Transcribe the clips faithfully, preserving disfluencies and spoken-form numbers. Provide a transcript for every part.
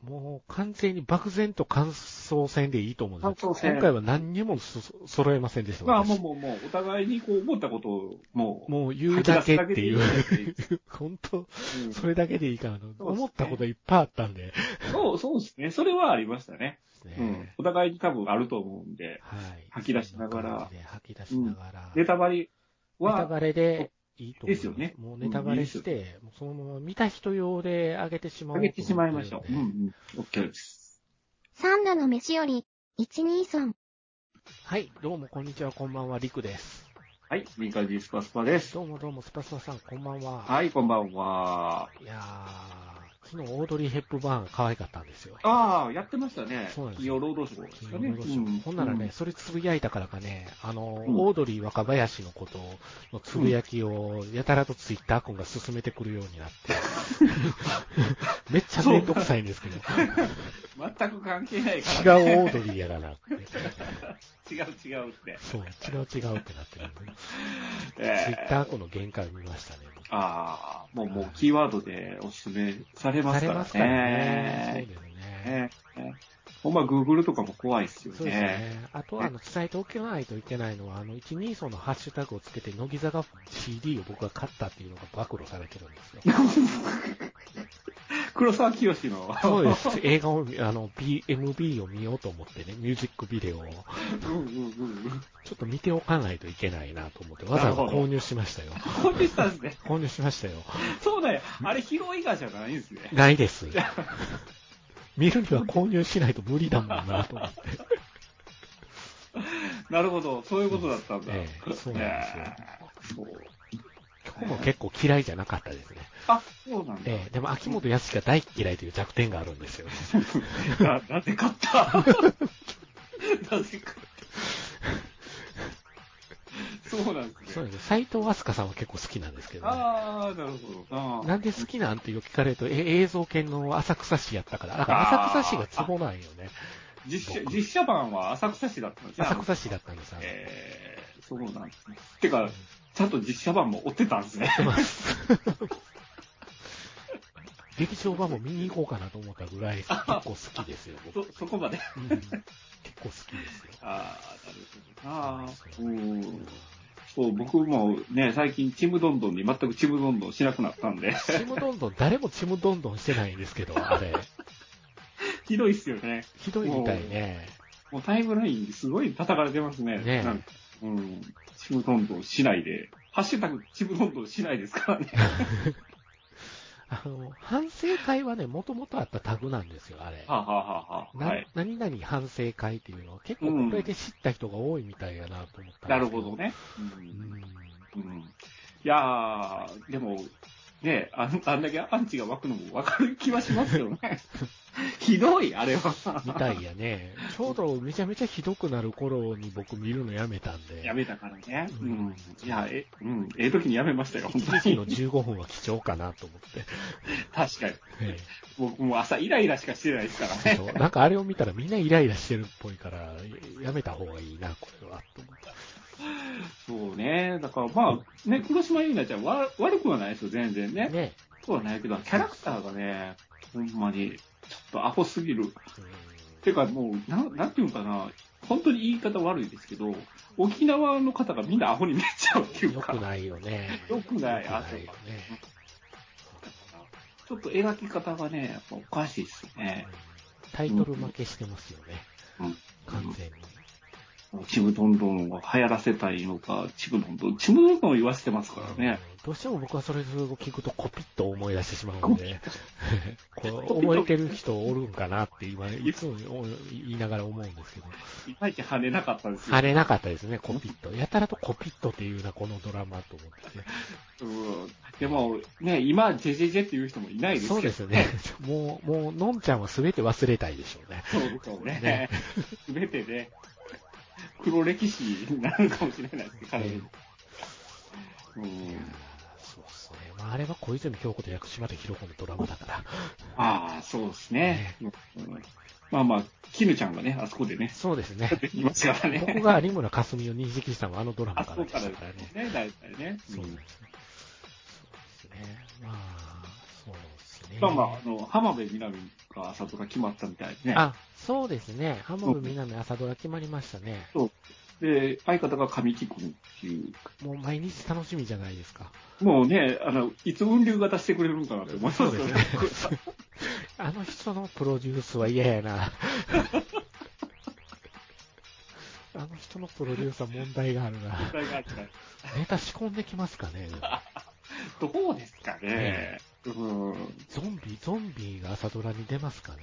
もう完全に漠然と感想戦でいいと思うんですよ。 感想戦今回は何にも揃えませんでした。 まあもうもうもう、お互いにこう思ったことをもう、 もう言うだけっていう。 う本当、 うん、 それだけでいいかなと、 ね。 思ったこといっぱいあったんで。 そう、そうですね。それはありましたね。 ねうん。お互いに多分あると思うんで、 はい。 吐き出しながら。 吐き出しながら。 うん、ネタバレは。 ネタバレでいいと思います。 ですよね。 もうネタバレして、うん、いいもうそのまま見た人用で上げてしまおうと思ってるんで。 上げてしまいましょう。うんうん。OK です。 三度の飯より、一二三。 はい、どうもこんにちは、こんばんは、りくです。 はい、ミカジスパスパです。 どうもどうも、スパスパさん、こんばんは。 はい、こんばんは。 いやー、昨日オードリー・ヘップバーン可愛かったんですよ。 ああ、やってましたね。 そうなんですよ。金曜ロードショーですかね。 金曜ロードショー。うん、ほんならね、 うん、 それつぶやいたからかね、あの、 うん、 オードリー若林のことのつぶやきを、やたらとツイッター君が進めてくるようになって、めっちゃめんどくさいんですけど。 全く関係ないから、 ね。違うオードリーやらなって。 違う違うって。 そう、違う違うってなってるんで。えー、ツイッター君の限界を見ましたね。 ああ、もう、もうキーワードでおすすめされますからね。されますからね。 そうですね。 えー、ほんま、Google とかも怖いですよね。 そうですね。あとは、あの、伝えておかないといけないのは、あの、いちにー層のハッシュタグをつけて、乃木坂 シーディー を僕が買ったっていうのが暴露されてるんですよ。 黒沢清の。 そうです。映画を、あの、B、エムビー を見ようと思ってね、ミュージックビデオを。 うんうんうん。 ちょっと見ておかないといけないなと思って、わざわざ購入しましたよ。 購入したんですね。 購入しましたよ。 そうだよ。あれ、ヒロイガじゃないんですね。 ないです。見るには購入しないと無理だもんなと思って。 なるほど。そういうことだったんだ。 ええ、そうなんですよ。 そう。 曲も結構嫌いじゃなかったですね。 あ、そうなんだ。 ええ、でも秋元康が大嫌いという弱点があるんですよね。 な、なぜかった。なぜかった。そうなんですね。 そうですね。斎藤飛鳥さんは結構好きなんですけど、ね。 ああ、なるほど。 なんで好きなんてよく聞かれると、え、映像系の浅草市やったから。だから浅草市がツボなんよね。 実写、実写版は浅草市だったんですね。浅草市だったんです。 えー、そうなんですね。てか、ちゃんと実写版も追ってたんですね。 追ってます。劇場版も見に行こうかなと思ったぐらい結構好きですよ、 僕。そ、そこまで、 うん、結構好きですよ。 ああ、なるほどな。うん。そう、僕もね、最近ちむどんどんに全くちむどんどんしなくなったんで。 ちむどんどん、誰もちむどんどんしてないんですけど、あれ。 ひどいっすよね。 ひどいみたいね。 もうタイムラインですごい叩かれてますね。 ねなんかうん。ちむどんどんしないで。ハッシュタグちむどんどんしないですからね。 あの、反省会はね、もともとあったタグなんですよ、あれ。 はあ、はあはあ、はい。 何々反省会っていうのは結構これで知った人が多いみたいやなと思ったんですけど、うん、 なるほどね。うん。うん、いやー、でも、ねあ、あんだけアンチが湧くのもわかる気はしますよね。ひどい、あれは。 みたいやね。ちょうどめちゃめちゃひどくなる頃に僕見るのやめたんで。 やめたからね。うん。いや、え、うん。ええ時にやめましたよ、本当に。 いちじのじゅうごふんは貴重かなと思って。 確かに。 ええ、 僕も朝イライラしかしてないですからね。 そう。なんかあれを見たらみんなイライラしてるっぽいから、やめた方がいいな、これは、と思った。 そうね。だからまあ、ね、黒島結菜ちゃんは悪くはないですよ、全然ね。ね。そうはないけど、キャラクターがね、ほんまに、ちょっとアホすぎる。てかもう、な、なんていうのかな、本当に言い方悪いですけど、沖縄の方がみんなアホに見えちゃうっていうか。 よくないよね。 よくない、あとか。ね、 ちょっと描き方がね、やっぱおかしいっすね。 タイトル負けしてますよね。 うん、 完全に。 ちむどんどんを流行らせたいのか、ちむどんどん、ちむどんどん言わせてますからね。 うん、どうしても僕はそれを聞くとコピッと思い出してしまうので、こう覚えてる人おるんかなって今、いつも言いながら思うんですけど。 いまいち跳ねなかったですよ。 跳ねなかったですね、コピット。やたらとコピットっていうな、このドラマと思ってて。 うん。でも、ね、今、ジェジェジェっていう人もいないですけど。 そうですね。もう、もう、のんちゃんは全て忘れたいでしょうね。 そうですね。ね全てね。黒歴史になるかもしれないですけど、彼女。うん。 そうですね。まあ、あれは小泉京子と薬師丸ひろ子のドラマだから。 ああ、そうですね。ねうん、まあまあ、絹ちゃんがね、あそこでね。 そうですね。 できますからね。 僕が有村架純を認識したのはあのドラマからでしたからね。 ね、大体ね。 そうですね。そうですね。まあ、そうですね。 まあまあ、あの、浜辺美波が朝ドラ決まったみたいでね。 あ、そうですね。浜辺美波朝ドラ決まりましたね。 そう。で、相方が神木君っていう。 もう毎日楽しみじゃないですか。 もうね、あの、いつ雲流型してくれるんかなって思いますよね。そうですね。 あの人のプロデュースは嫌やな。あの人のプロデュースは問題があるな。問題があるから。ネタ仕込んできますかね。 どうですかね。ねうん、 ゾンビ、ゾンビが朝ドラに出ますかね。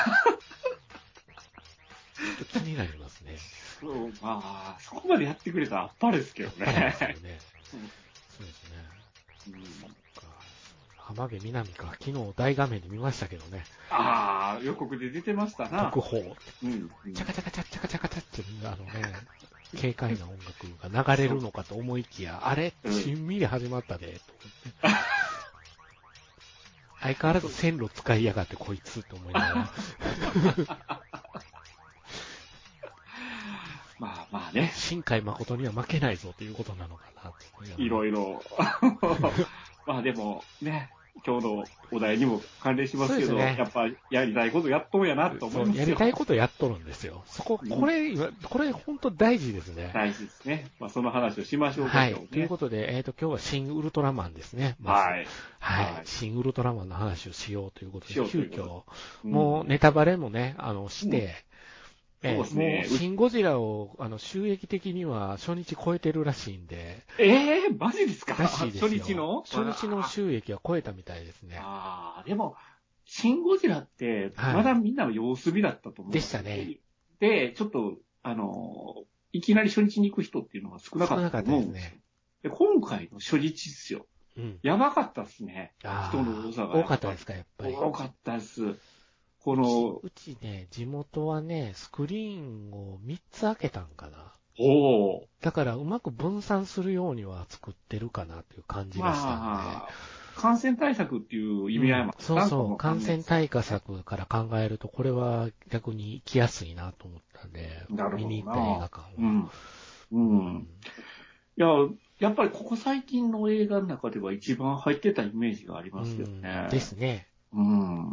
ちょっと気になりますね。 そう、まあ、そこまでやってくれたらあっぱれですけどね。 ですよね。そうですね。うん、そっか。浜辺美波か。昨日大画面で見ましたけどね。 ああ、予告で出てましたな。 特報。 うん。 チャカチャカチャチャカチャカチャって、あのね、軽快な音楽が流れるのかと思いきや、あれ、しんみり始まったで、と思って。相変わらず線路使いやがってこいつと思いながら。 まあまあね。 新海誠には負けないぞということなのかなと。 いろいろ。まあでもね、今日のお題にも関連しますけど、ね、やっぱやりたいことやっとんやなと思いますよ。 やりたいことやっとるんですよ。そこ、これ、うん、これ本当大事ですね。 大事ですね。まあその話をしましょうか、 はい。 今日ね。 ということで、えっ、ー、と、今日は新ウルトラマンですね。まず、はい。はい。新ウルトラマンの話をしようということで、急遽、うん、もうネタバレもね、あの、して、うんえー、ね、もう、シン・ゴジラを、あの、収益的には初日超えてるらしいんで。 ええー、マジですからしいですよ。 初日の初日の収益は超えたみたいですね。 ああ、でも、シン・ゴジラって、まだみんなの様子見だったと思う、はい。 でしたね。 で、ちょっと、あの、いきなり初日に行く人っていうのが少なかったと思うんですよ。で、今回の初日ですよ。うん。やばかったですね。人の多さが。 多かったですか、やっぱり。 多かったです。このうちね、地元はね、スクリーンをみっつ開けたんかな。 おー。 だからうまく分散するようには作ってるかなという感じがしたんで。まあ、 感染対策っていう意味合いも、 うん、そうそう、感染対策から考えると、これは逆に行きやすいなと思ったんで、見に行った映画館は。 うん。うん。うん、いや、やっぱりここ最近の映画の中では一番入ってたイメージがありますよね。 うん、ですね。 うん。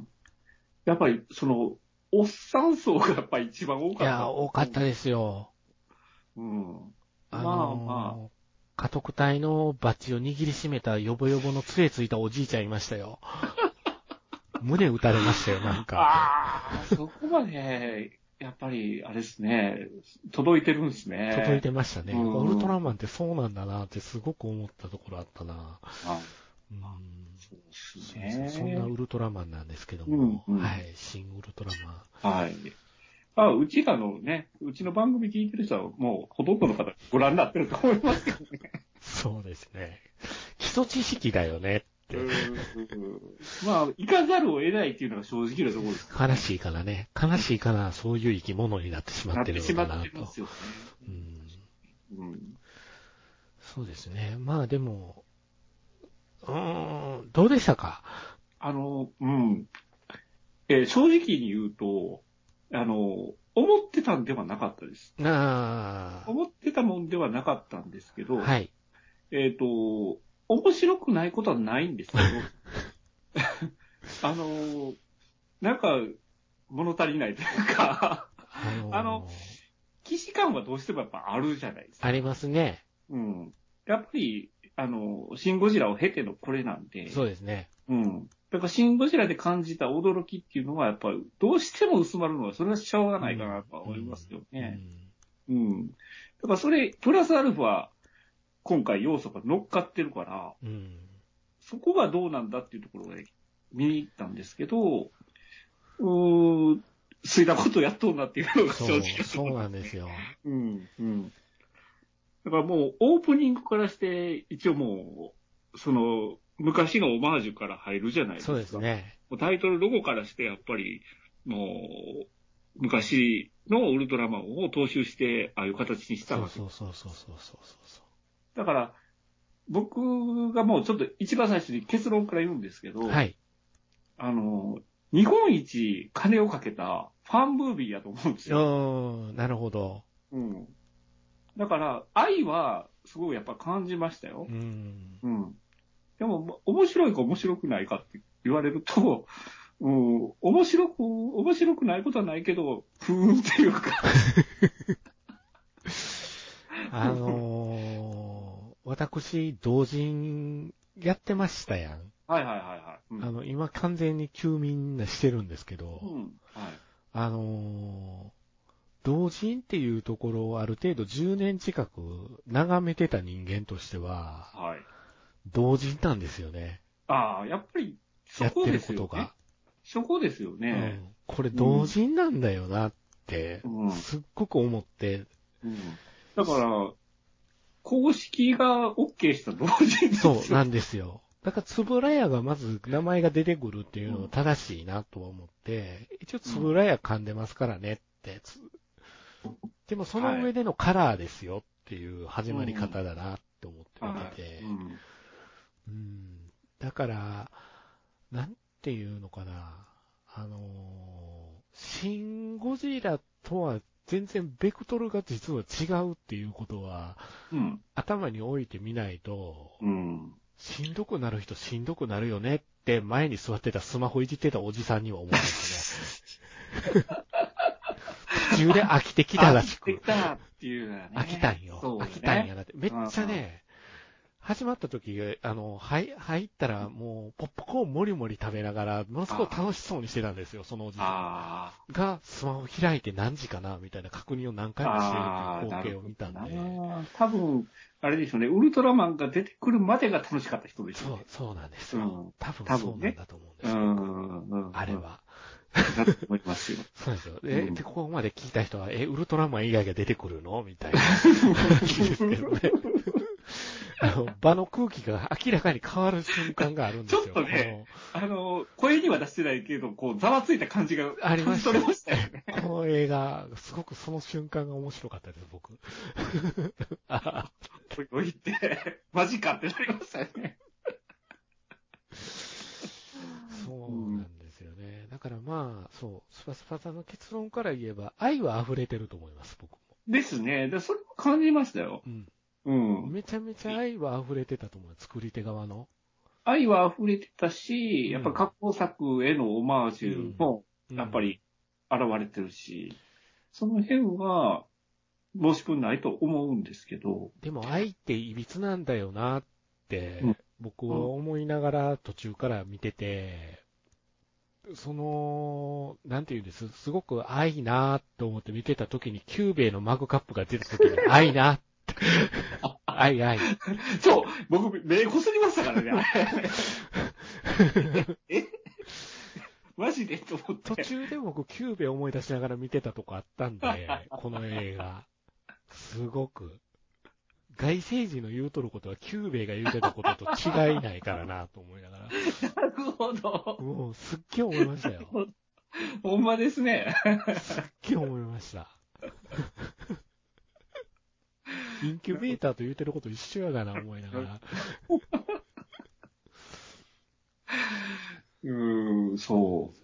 やっぱり、その、おっさん層がやっぱり一番多かった。いや、多かったですよ。 うん。 あのー、まあまあ。家督隊のバッジを握りしめたヨボヨボの杖ついたおじいちゃんいましたよ。胸打たれましたよ、なんか。 ああ、そこまで、やっぱり、あれですね、届いてるんですね。 届いてましたね。うん、ウルトラマンってそうなんだなってすごく思ったところあったな。あうんそうですね。そんなウルトラマンなんですけども、うんうん、はい、新ウルトラマン。はい。あ、うちらのね、うちの番組聞いてる人はもうほとんどの方ご覧になってると思いますけどね。 そうですね。基礎知識だよねって。うんまあ、行かざるを得ないっていうのが正直なところです、 ね。悲しいからね。悲しいから、そういう生き物になってしまってるのかなと。なってしまってますよね。うん。うん。そうですね。まあでも、うーん、どうでしたか？ あの、うん。えー、正直に言うと、あの、思ってたんではなかったです。 あ思ってたもんではなかったんですけど、 はい。 えっと、面白くないことはないんですけど、あの、なんか、物足りないというか、あのー、あの、既視感はどうしてもやっぱあるじゃないですか。 ありますね。 うん。やっぱり、あの、シン・ゴジラを経てのこれなんで。 そうですね。 うん。だからシン・ゴジラで感じた驚きっていうのは、やっぱりどうしても薄まるのは、それはしょうがないかなとは思いますよね。うん。うんうん、だからそれ、プラスアルファ、今回要素が乗っかってるから、うん、そこがどうなんだっていうところで見に行ったんですけど、うーん、すいたことやっとんなっていうのが正直、 そう、そうなんですよ。 うん、うん。だからもうオープニングからして、一応もう、その、昔のオマージュから入るじゃないですか。 そうですね。 もうタイトルロゴからしてやっぱり、もう、昔のウルトラマンを踏襲して、ああいう形にしたわけ。 そうそうそうそうそうそう。 だから、僕がもうちょっと一番最初に結論から言うんですけど、 はい。 あの、日本一金をかけたファンムービーやと思うんですよ。 うん、なるほど。 うん。だから、愛はすごいやっぱ感じましたよ。うん。うん。でも、面白いか面白くないかって言われると、うん、面白く、面白くないことはないけど、ふーんっていうか。 あのー、私、同人やってましたやん。 はいはいはいはい。 うん、あの、今完全に休眠してるんですけど、 うん、はい。 あのー、同人っていうところをある程度じゅうねん近く眺めてた人間としては、 はい。 同人なんですよね。 ああ、やっぱり、そこですよね。やってることが。そこですよね。 うん。これ同人なんだよなって、 うん、 すっごく思って。 うん。だから、公式が OK した同人ですよ。 そうなんですよ。だから、つぶらやがまず名前が出てくるっていうのは正しいなとは思って、うん、一応つぶらや噛んでますからねって。でもその上でのカラーですよっていう始まり方だなって思って見てて。うん、うん。だから、なんていうのかな。あのー、シン・ゴジラとは全然ベクトルが実は違うっていうことは、うん、頭に置いてみないと、うん、しんどくなる人しんどくなるよねって前に座ってたスマホいじってたおじさんには思うんですね。途中で飽きてきたらしく。 飽きてきたっていうのはね。 飽きたんよ。ね、飽きたんやなって。めっちゃね、始まった時、あの、入、入ったらもう、ポップコーンもりもり食べながら、ものすごく楽しそうにしてたんですよ、そのおじさん。が、スマホ開いて何時かな、みたいな確認を何回もしているという光景を見たんで。 多分、あれでしょうね、ウルトラマンが出てくるまでが楽しかった人でしょうね。 そう、そうなんですよ。うん、多分そうなんだと思うんですよ。 うん、 あれは。 だと思いますよ。 そうですよ。で、うん、で、ここまで聞いた人は、え、ウルトラマン以外が出てくるのみたいな感じですけどね。あの、場の空気が明らかに変わる瞬間があるんですよ。 ちょっとね、あの、声には出してないけど、こう、ざわついた感じがありました。 感じ取れましたよね。 この映画、すごくその瞬間が面白かったです、僕。 あおいて、マジかってなりましたよね。 そうなんですよね。だからまあ、そう、スパスパさんの結論から言えば、愛は溢れてると思います、僕も。 ですね。で、それも感じましたよ。 うん。 うん。 めちゃめちゃ愛は溢れてたと思う、作り手側の。 愛は溢れてたし、うん、やっぱ過去作へのオマージュも、やっぱり現れてるし、うん、その辺は、申し分ないと思うんですけど。 でも愛っていびつなんだよなって、僕は思いながら途中から見てて、その、なんていうんです、すごく愛なーと思って見てた時に、キューベイのマグカップが出た時に、愛なって。愛愛。 そう、僕、目こすりましたからね、えマジでと思って。 途中で僕、キューベイ思い出しながら見てたとこあったんで、この映画。すごく。外星人の言うとることは、キューベイが言うてたことと違いないからなと思いながら。 なるほど。 もう、すっげえ思いましたよ。 ほんまですね。 すっげえ思いました。インキュベーターと言うてること一緒やがな、思いながら。 うーん、そう。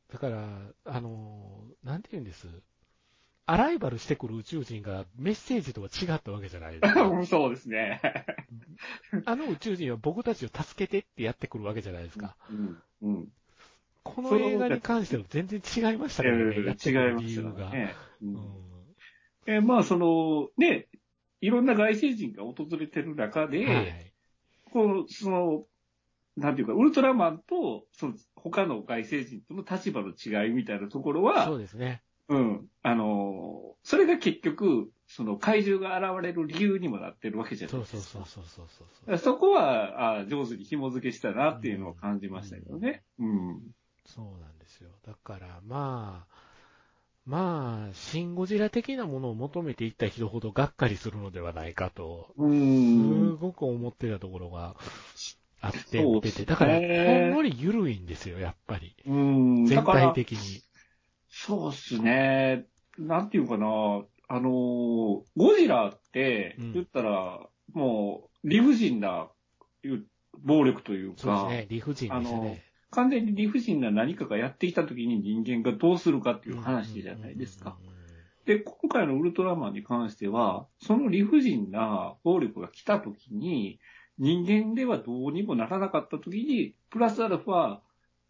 だから、あの、なんて言うんです。アライバルしてくる宇宙人がメッセージとは違ったわけじゃないですか。 そうですね。 あの宇宙人は僕たちを助けてってやってくるわけじゃないですか。 うんうん、 この映画に関しては全然違いましたからね、 えー、 やってくる理由が。 ねうんうんえー、まあ、その、ね、いろんな外星人が訪れてる中で、はい、この、その、なんていうか、ウルトラマンと、その、他の外星人との立場の違いみたいなところは、 そうですね。 うん。あの、それが結局、その怪獣が現れる理由にもなってるわけじゃないですか。そうそうそうそうそうそう。そこは、あ上手に紐付けしたなっていうのを感じましたけどね。うん。うん、 そうなんですよ。だから、まあ、まあ、シン・ゴジラ的なものを求めていった人ほどがっかりするのではないかと、すごく思ってたところがあって見てて、だから、ほんのり緩いんですよ、やっぱり。うん全体的に。 そうっすね。なんていうかな、あの、ゴジラって言ったら、うん、もう理不尽な暴力というか、 そうですね、理不尽ですね。 完全に理不尽な何かがやってきたときに人間がどうするかっていう話じゃないですか。で、今回のウルトラマンに関しては、その理不尽な暴力が来たときに、人間ではどうにもならなかったときに、プラスアルファ、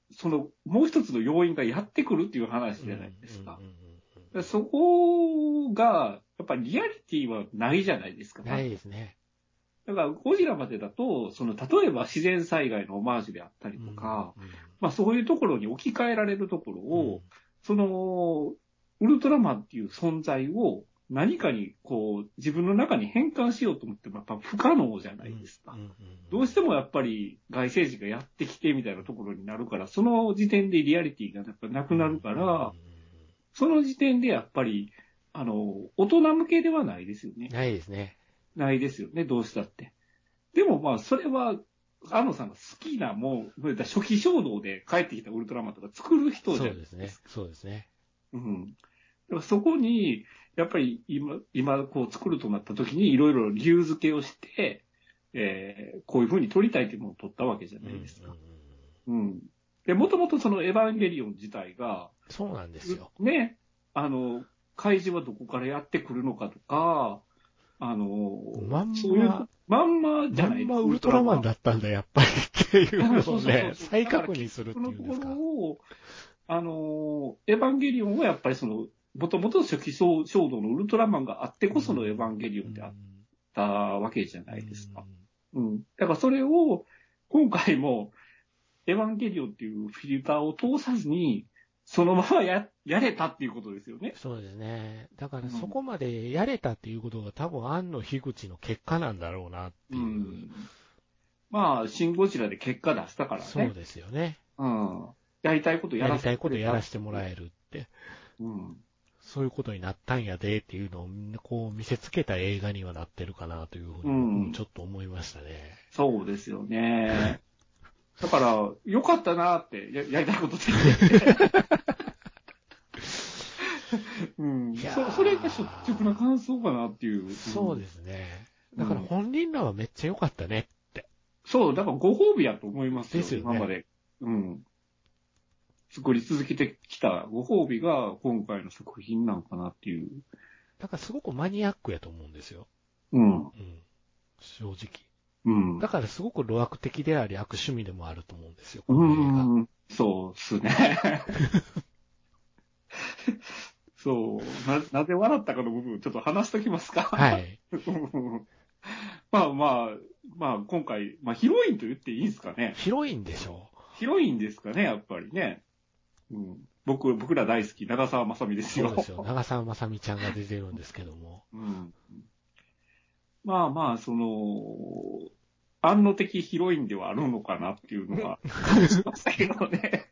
その、もう一つの要因がやってくるっていう話じゃないですか。そこが、やっぱりリアリティはないじゃないですか。 ないですね。 だから、ゴジラまでだと、その、例えば自然災害のオマージュであったりとか、うんうん、まあそういうところに置き換えられるところを、うん、その、ウルトラマンっていう存在を何かにこう、自分の中に変換しようと思ってもやっぱ不可能じゃないですか。うんうんうん、どうしてもやっぱり外星人がやってきてみたいなところになるから、その時点でリアリティがやっぱなくなるから、うんうんうん、その時点でやっぱり、あの、大人向けではないですよね。 ないですね。 ないですよね、どうしたって。でもまあ、それは、安野さんが好きな、もう、初期衝動で帰ってきたウルトラマンとか作る人じゃないですか。 そうですね。そうですね。 うん。だからそこに、やっぱり今、今こう作るとなった時にいろいろ理由付けをして、えー、こういうふうに撮りたいというものを撮ったわけじゃないですか。うん、うんうん。で、もともとそのエヴァンゲリオン自体が、 そうなんですよ。 ね、あの、怪獣はどこからやってくるのかとか、あの、 まんま、 そういうまんまじゃないですか。 まんまウルトラマンだったんだ、やっぱりっていうのをね、再確認するっていうんですか。 そのところを、あの、エヴァンゲリオンはやっぱりその、もともと初期衝動のウルトラマンがあってこそのエヴァンゲリオンであったわけじゃないですか。うん。うん、だからそれを、今回も、エヴァンゲリオンっていうフィルターを通さずに、そのままや、やれたっていうことですよね。 そうですね。だからそこまでやれたっていうことが多分、庵野樋口の結果なんだろうなっていう。うん、 まあ、シン・ゴジラで結果出したからね。 そうですよね。 うん。やりたいことやらせてやりたいことやらせてもらえるって。 うん。 そういうことになったんやでっていうのをこう見せつけた映画にはなってるかなというふうにちょっと思いましたね。 うん、そうですよね。だから、よかったなってや、やりたいことできて。うん、そ, それが率直な感想かなっていう。 そうですね。だから本人らはめっちゃ良かったねって。 そう、だからご褒美やと思いますよ。 ですよね。 今まで。うん。作り続けてきたご褒美が今回の作品なんかなっていう。 だからすごくマニアックやと思うんですよ。 うん。うん、 正直。 うん。 だからすごく路悪的であり悪趣味でもあると思うんですよ、この映画。 うん。そうっすね。そうな。なぜ笑ったかの部分、ちょっと話しときますか。 はい。 まあまあ、まあ今回、まあヒロインと言っていいんですかね。 ヒロインでしょう。 ヒロインですかね、やっぱりね。うん、僕、僕ら大好き、長澤まさみですよ。 そうですよ。長澤まさみちゃんが出てるんですけども。 うん、まあまあ、その、安野的ヒロインではあるのかなっていうのは感じましたけどね。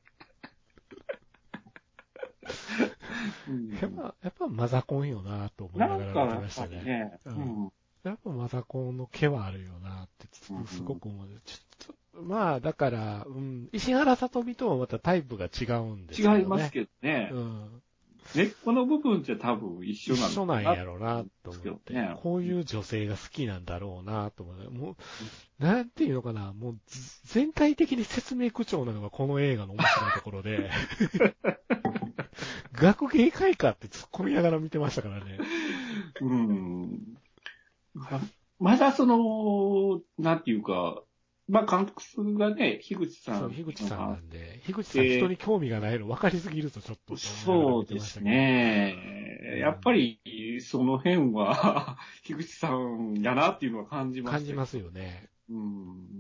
やっぱ、やっぱマザコンよなと思いながら見てましたね。 ねうん、 やっぱマザコンの毛はあるよなってすごく思う。ちょっとまあ、だから、うん、石原さとみとはまたタイプが違うんですよね。 違いますけどね。 うん。 根っこの部分じゃ多分一緒なん一緒なんやろうなと思って、ね、こういう女性が好きなんだろうなと思って、もう、なんていうのかな、もう全体的に説明口調なのがこの映画の面白いところで、学芸会かって突っ込みながら見てましたからね。 うん。まだその、なんていうか、まあ、監督がね、樋口さん。 そう、樋口さんなんで、樋口さん人に興味がないの分かりすぎるとちょっと、 そうですね。やっぱり、その辺は、樋口さんやなっていうのは感じます。 感じますよね。 うん。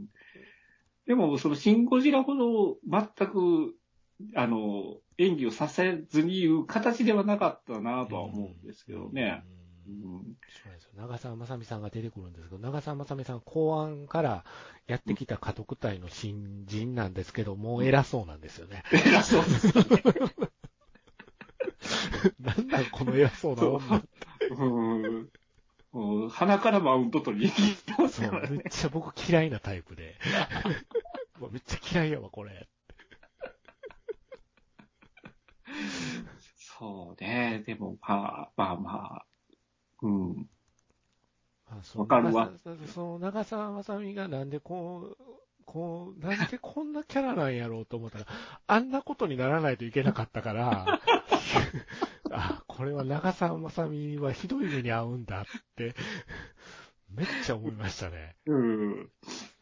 でも、そのシン・ゴジラほど全く、あの、演技をさせずに言う形ではなかったなとは思うんですけどね。うんうん、そうですよ。長澤まさみさんが出てくるんですけど、長澤まさみさん、公安からやってきた家督隊の新人なんですけど、もう偉そうなんですよね。 偉そうですよね。 なんなんこの偉そうな女って。 うん。鼻からマウント取りに行ってますからね。 そう、めっちゃ僕嫌いなタイプで。めっちゃ嫌いやわ、これ。 そうね。でも、まあ、まあまあ。うん。 わかるわ。その長澤まさみがなんでこう、こう、なんでこんなキャラなんやろうと思ったら、あんなことにならないといけなかったから、あ、これは長澤まさみはひどい目に遭うんだって、めっちゃ思いましたね。 うん。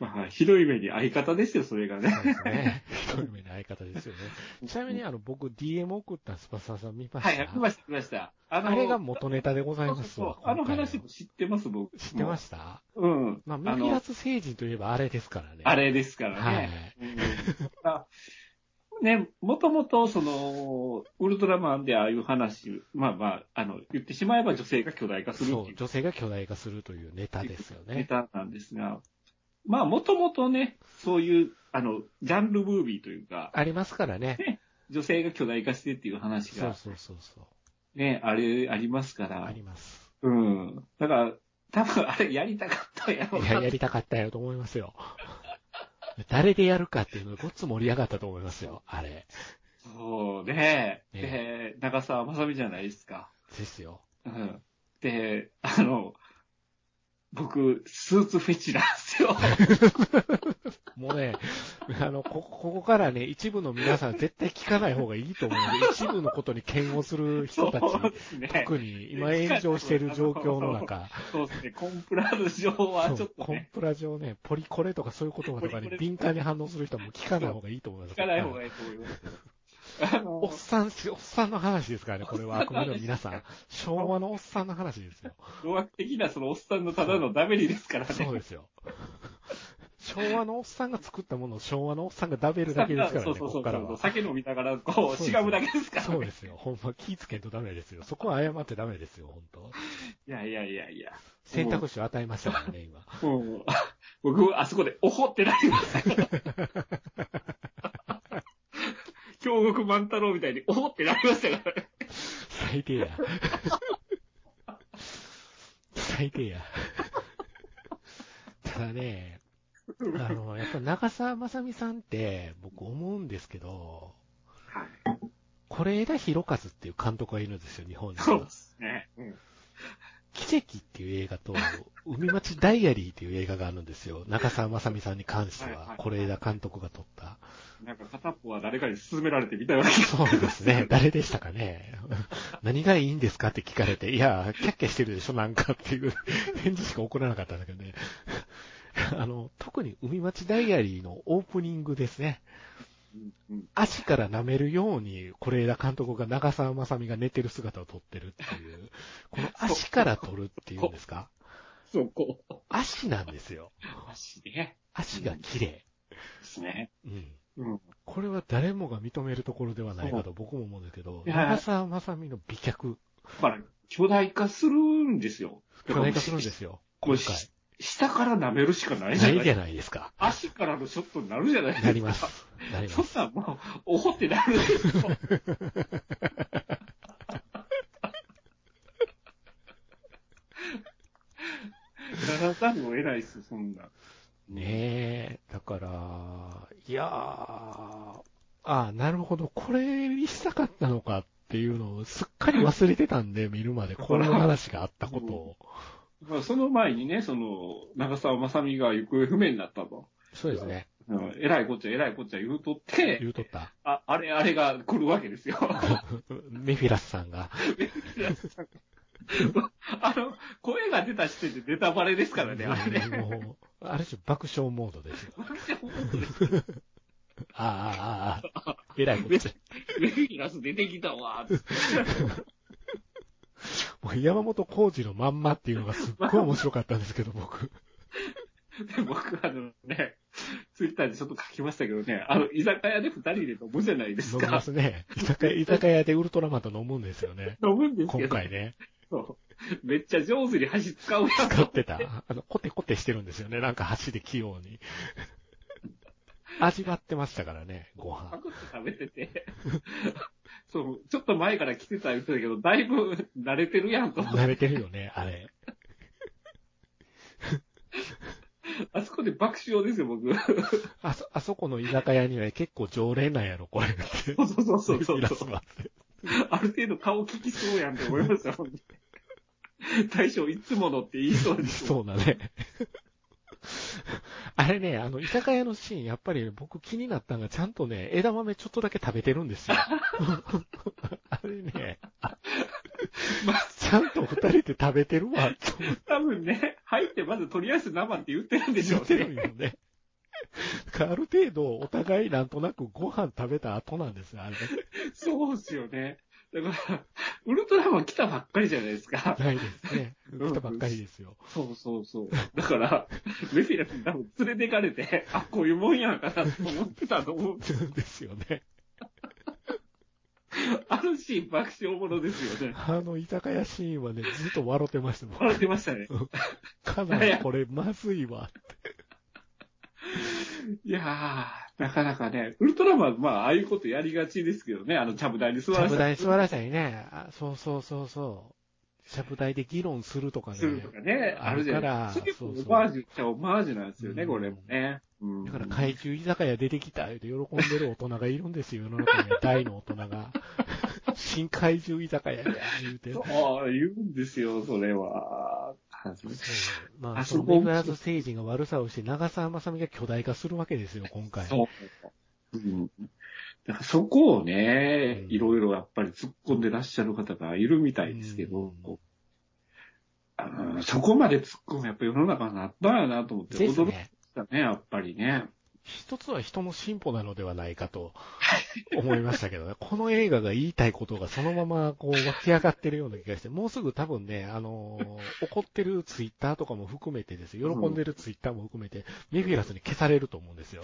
まあ、ひどい目に相方ですよ、それがね。 そうですね。ひどい目に相方ですよね。ちなみに、あの、僕、ディーエム 送ったスパサさん見ました？ はい、見ました、見ました。 あの、あれが元ネタでございますわ。そうそうそうあの話も知ってます、僕。 知ってました？ うん。 まあ、メフィラス星人といえばあれですからね。 あれですからね。はい。うん、ね、もともと、その、ウルトラマンでああいう話、まあまあ、あの、言ってしまえば女性が巨大化するっていう。 そう、女性が巨大化するというネタですよね。 ネタなんですが、まあ、もともとね、そういう、あの、ジャンルムービーというか。 ありますからね。 ね、女性が巨大化してっていう話が。 そうそうそうそう。 ね、あれ、ありますから。 あります。 うん。だから、多分あれやりたかったやろうな。いや、やりたかったやろと思いますよ。誰でやるかっていうのごっつ盛り上がったと思いますよ、あれ。 そうね。 ねで、長澤まさみじゃないですか。 ですよ。 うん。で、あの、僕、スーツフェチなんですよ。 もうね、あの、こ、ここからね、一部の皆さん絶対聞かない方がいいと思うので、一部のことに嫌悪する人たち、ね、特に今炎上している状況の中。 そうですね、コンプラ上はちょっと、ね、 コンプラ上ね、ポリコレとかそういう言葉とかに敏感に反応する人はもう聞かない方がいいと思います。 聞かない方がいいと思います。 おっさん、おっさんの話ですからね、これは。あくまでも皆さん。昭和のおっさんの話ですよ。 語学的なそのおっさんのただのダメリですからね。 そうですよ。昭和のおっさんが作ったものを昭和のおっさんがダベるだけですからね、そうそうそうそうここからは。 酒飲みながら、こう、しがむだけですからね。 そうですよ。ほんま気ぃつけんとダメですよ。そこは謝ってダメですよ、ほんと。 いやいやいやいや。 選択肢を与えましたからね、今。 もう、僕、あそこで、おほってなりました。京極万太郎みたいに、おほってなりましたからね。 最低や。最低や。ただね、あの、やっぱ長澤まさみさんって僕思うんですけど、はい。是枝裕和っていう監督がいるんですよ、日本には。 そうですね。うん。 奇跡っていう映画と、海町ダイアリーっていう映画があるんですよ。長澤まさみさんに関しては、是枝監督が撮った。 なんか片っぽは誰かに勧められてみたような気がそうですね。誰でしたかね。何がいいんですかって聞かれて、いや、キャッキャしてるでしょ、なんかっていう返事しか起こらなかったんだけどね。あの、特に海町ダイアリーのオープニングですね。うんうん、足から舐めるように、是枝監督が長澤まさみが寝てる姿を撮ってるっていう、この足から撮るっていうんですか？ そこ。 足なんですよ。 足ね。 足が綺麗。 ですね。 うん。 うん、 これは誰もが認めるところではないかと僕も思うんですけど、長澤まさみの美脚。 だから、巨大化するんですよ。 巨大化するんですよ。今回。 下から舐めるしかないじゃないないじゃないですか。 足からのショットになるじゃないですか。 なります。なります。 そんなもう、おほってなるんですよ。ならざるを得ないっす、そんな。 ねえ、だから、いやー、ああ、なるほど、これにしたかったのかっていうのをすっかり忘れてたんで、見るまで、この話があったことを。 まあ、その前にね、その、長澤まさみが行方不明になったと。 そうですね。 うん、えらいこっちゃえらいこっちゃ言うとって、 言うとった。 あ、あれあれが来るわけですよ。 メフィラスさんが。 メフィラスさんが。あの、声が出た時点でネタバレですからね、あれね。 もう、あれじゃ爆笑モードですよ。 爆笑モードですよ。 ああ、ああ、ああ、えらいこっちゃ。 メフィラス出てきたわ、つって。 もう山本浩二のまんまっていうのがすっごい面白かったんですけど、僕。 で僕、あのね、ツイッターでちょっと書きましたけどね、あの、居酒屋で二人で飲むじゃないですか。 飲みますね。居酒屋、居酒屋でウルトラマンと飲むんですよね。 飲むんですけど。 今回ね。 そう。めっちゃ上手に箸使うやつ。 使ってた。あの、コテコテしてるんですよね。なんか箸で器用に。味わってましたからね、ご飯。 パクって食べてて。そう、ちょっと前から来てた言ってたけど、だいぶ慣れてるやんと思って。 慣れてるよね、あれ。 あそこで爆笑ですよ、僕。 あそ、あそこの居酒屋には結構常連なんやろ、これって。 そうそうそうそうそう。ある程度顔聞きそうやんって思いました、ほんとに。大将いつものって言いそうです。 そうだね。あれね、あの、居酒屋のシーン、やっぱり僕気になったのが、ちゃんとね、枝豆ちょっとだけ食べてるんですよ。あれね、まあ、ちゃんと二人で食べてるわ。 多分ね、入ってまずとりあえず生って言ってるんでしょうね。 言ってるよね。 ある程度お互いなんとなくご飯食べた後なんですよ、あれ。 そうですよね。だから、ウルトラマン来たばっかりじゃないですか。 ないですね。来たばっかりですよ。 そうそうそう。だから、メフィラスに多分連れてかれて、あ、こういうもんやんかなと思ってたと思うんですよね。 あのシーン爆笑ものですよね。 あの居酒屋シーンはね、ずっと笑ってましたもん。 笑ってましたね。 かなりこれまずいわって。 いやー、なかなかね、ウルトラマン、まあ、ああいうことやりがちですけどね、あの、ちゃぶ台に座らせたり。 ちゃぶ台に座らせたりね。そうそうそうそう。ちゃぶ台で議論するとかね。 するとかね、あるじゃないですか。そうそう。オマージュっちゃオマージュなんですよね、うん、これもね。うん、 だから怪獣居酒屋出てきたって喜んでる大人がいるんですよ、世の中には大の大人が。新怪獣居酒屋や、言うて。 ああ、言うんですよ、それは。 そう。まあ、そのメフィラス星人が悪さをして、長澤まさみが巨大化するわけですよ、今回。 そう。うん。だからそこをね、いろいろやっぱり突っ込んでらっしゃる方がいるみたいですけど、うんあのそこまで突っ込むやっぱ世の中になったんやなと思って驚きましたね、やっぱりね。 一つは人の進歩なのではないかと思いましたけどね。この映画が言いたいことがそのままこう湧き上がってるような気がして、もうすぐ多分ね、あのー、怒ってるツイッターとかも含めてですよ。喜んでるツイッターも含めて、メフィラスに消されると思うんですよ。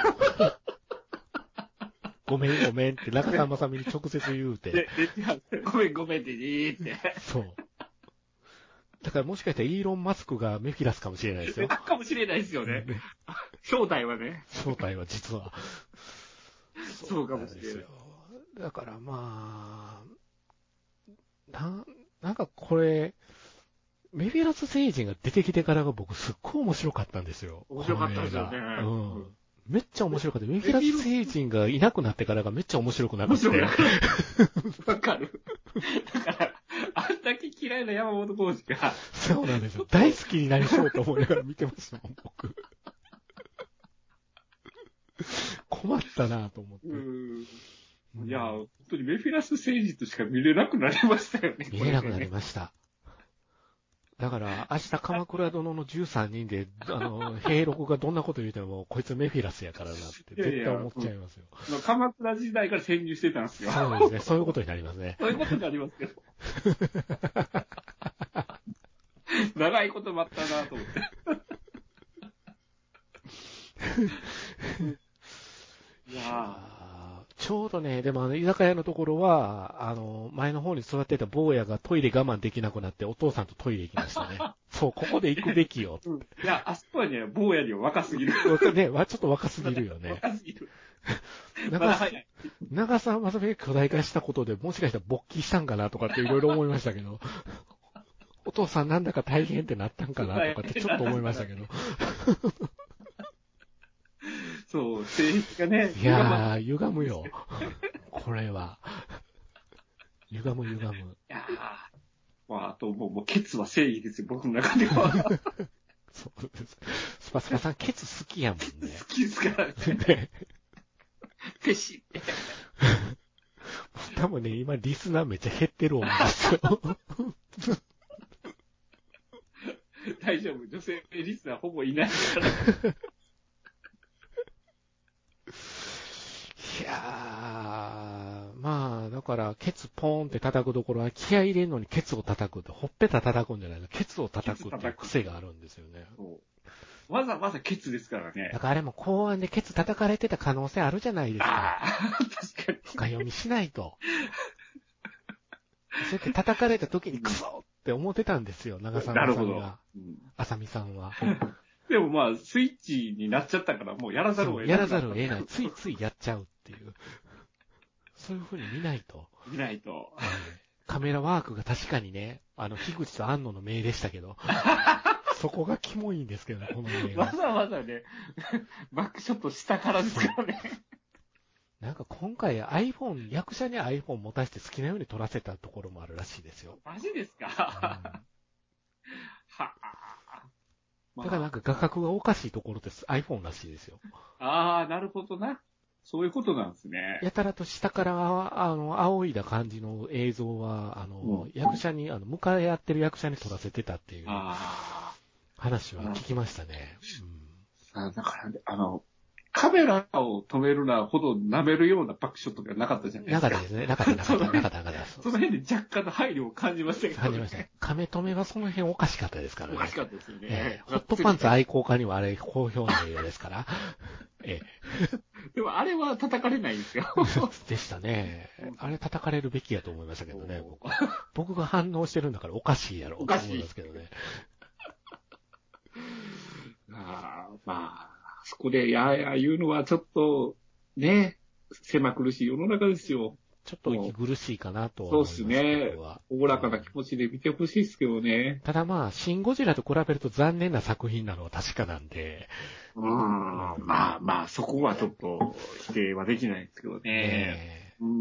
ごめんごめんって中田正美に直接言うて。 ごめんごめんっていいって。 そう。だからもしかしたらイーロン・マスクがメフィラスかもしれないですよ。 かもしれないですよね。正体はね。 正体は実は。 そうかもしれない。 だからまあ、な、なんかこれ、メフィラス星人が出てきてからが僕すっごい面白かったんですよ。 面白かったですよね。 うん。めっちゃ面白かった。メフィラス星人がいなくなってからがめっちゃ面白くなかった。 面白くわかる。だから、あんだけ嫌いな山本浩二が。 そうなんですよ。大好きになりそうと思いながら見てましたもん、僕。困ったなと思って。 うんいや、本当にメフィラス星人としか見れなくなりましたよね。 見れなくなりました。だから、明日鎌倉殿のじゅうさんにんで、あの、平六がどんなこと言うても、こいつメフィラスやからなって、絶対思っちゃいますよ。 いやいや鎌倉時代から潜入してたんですよ。 そうですね。そういうことになりますね。 そういうことになりますよ。長いこと待ったなと思って。いやーちょうどね、でもあの、居酒屋のところは、あの、前の方に座ってた坊やがトイレ我慢できなくなって、お父さんとトイレ行きましたね。そう、ここで行くべきよ。 うん、いや、あそこはね、坊やには若すぎる。 ね、ちょっと若すぎるよね。 若すぎる。 長さ、長澤まさみが巨大化したことで、もしかしたら勃起したんかなとかっていろいろ思いましたけど、お父さんなんだか大変ってなったんかなとかってちょっと思いましたけど。 そう、性癖がね。 いやー、歪むよ。これは。歪む歪む。いやー。まあ、あともう、もう、ケツは正義ですよ、僕の中では。 そうです。スパスパさん、ケツ好きやもんね。 好きですからね。ねペシって。 多分ね、今、リスナーめっちゃ減ってる思うんですよ。 大丈夫、女性リスナーほぼいないから。 いやー、まあ、だから、ケツポーンって叩くところは、気合い入れるのにケツを叩くって、ほっぺた叩くんじゃないの、ケツを叩くっていう癖があるんですよね。 そうわざわざケツですからね。 だからあれも公安でケツ叩かれてた可能性あるじゃないですか。 ああ、確かに。 深読みしないと。そうやって叩かれた時にクソって思ってたんですよ、長澤さんが。うん、浅見さんは。 でもまあ、スイッチになっちゃったから、もうやらざるを得ない。 やらざるを得ない。ついついやっちゃうっていう。そういう風に見ないと。 見ないと。 カメラワークが確かにね、あの、樋口と安野の名でしたけど、そこがキモいんですけどね、この映画。 わざわざね、バックショット下からですからね。なんか今回 iPhone、役者に iPhone 持たせて好きなように撮らせたところもあるらしいですよ。 マジですか、うん、はぁ。だからなんか画角がおかしいところです。iPhone らしいですよ。 ああ、なるほどな。そういうことなんですね。 やたらと下から、あの、仰いだ感じの映像は、あの、うん、役者に、あの、向かい合ってる役者に撮らせてたっていう話は聞きましたね。 うん、あだから、あの、 カメラを止めるなほど舐めるようなバックショットがなかったじゃないですか。 なかったですね。なかった、なかった、なかった、なかった。 その辺で若干の配慮を感じましたけど、ね。 感じました。カメ止めはその辺おかしかったですからね。 おかしかったですよね。 えー、ホットパンツ愛好家にはあれ好評な映画ですから。ええ、 でもあれは叩かれないんですよ。 でしたね。あれ叩かれるべきやと思いましたけどね、僕は。僕が反応してるんだからおかしいやろうと思いますけどね。 あまあ、そこでやや言うのはちょっと、ね、狭苦しい世の中ですよ。 ちょっと息苦しいかなとは思います。 そうですね。おおらかな気持ちで見てほしいですけどね。 ただまあ、シン・ゴジラと比べると残念な作品なのは確かなんで。 うん、まあまあ、そこはちょっと否定はできないですけどね。 ねうん。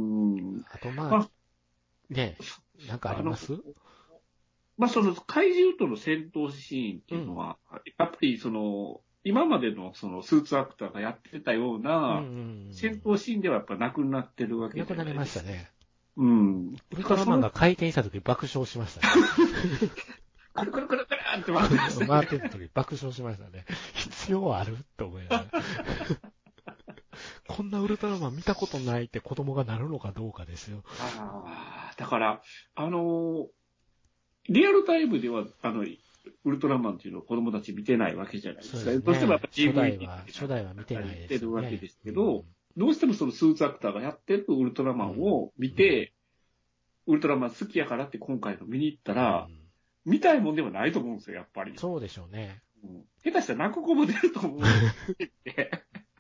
あとまあ、あね、なんかあります？ まあその怪獣との戦闘シーンっていうのは、うん、やっぱりその、今までのそのスーツアクターがやってたような戦闘シーンではやっぱなくなってるわけじゃないですか。なくなりましたね。 うん。 ウルトラマンが回転した時爆笑しましたね。 くるくるくるくるって回ってましたね。 回ってる時爆笑しましたね。必要あると思いながら。こんなウルトラマン見たことないって子供がなるのかどうかですよ。 ああ、だから、あの、リアルタイムでは、あの、ウルトラマンっていうのを子供たち見てないわけじゃないですか。 ね、 どうしてもやっぱ ジーブイディーは、初代は見てないですよね。 見てるわけですけど、うん、どうしてもそのスーツアクターがやってるウルトラマンを見て、うん、ウルトラマン好きやからって今回の見に行ったら、うん、見たいもんではないと思うんですよ、やっぱり。 そうでしょうね。 うん、下手したら泣く子も出ると思うんで。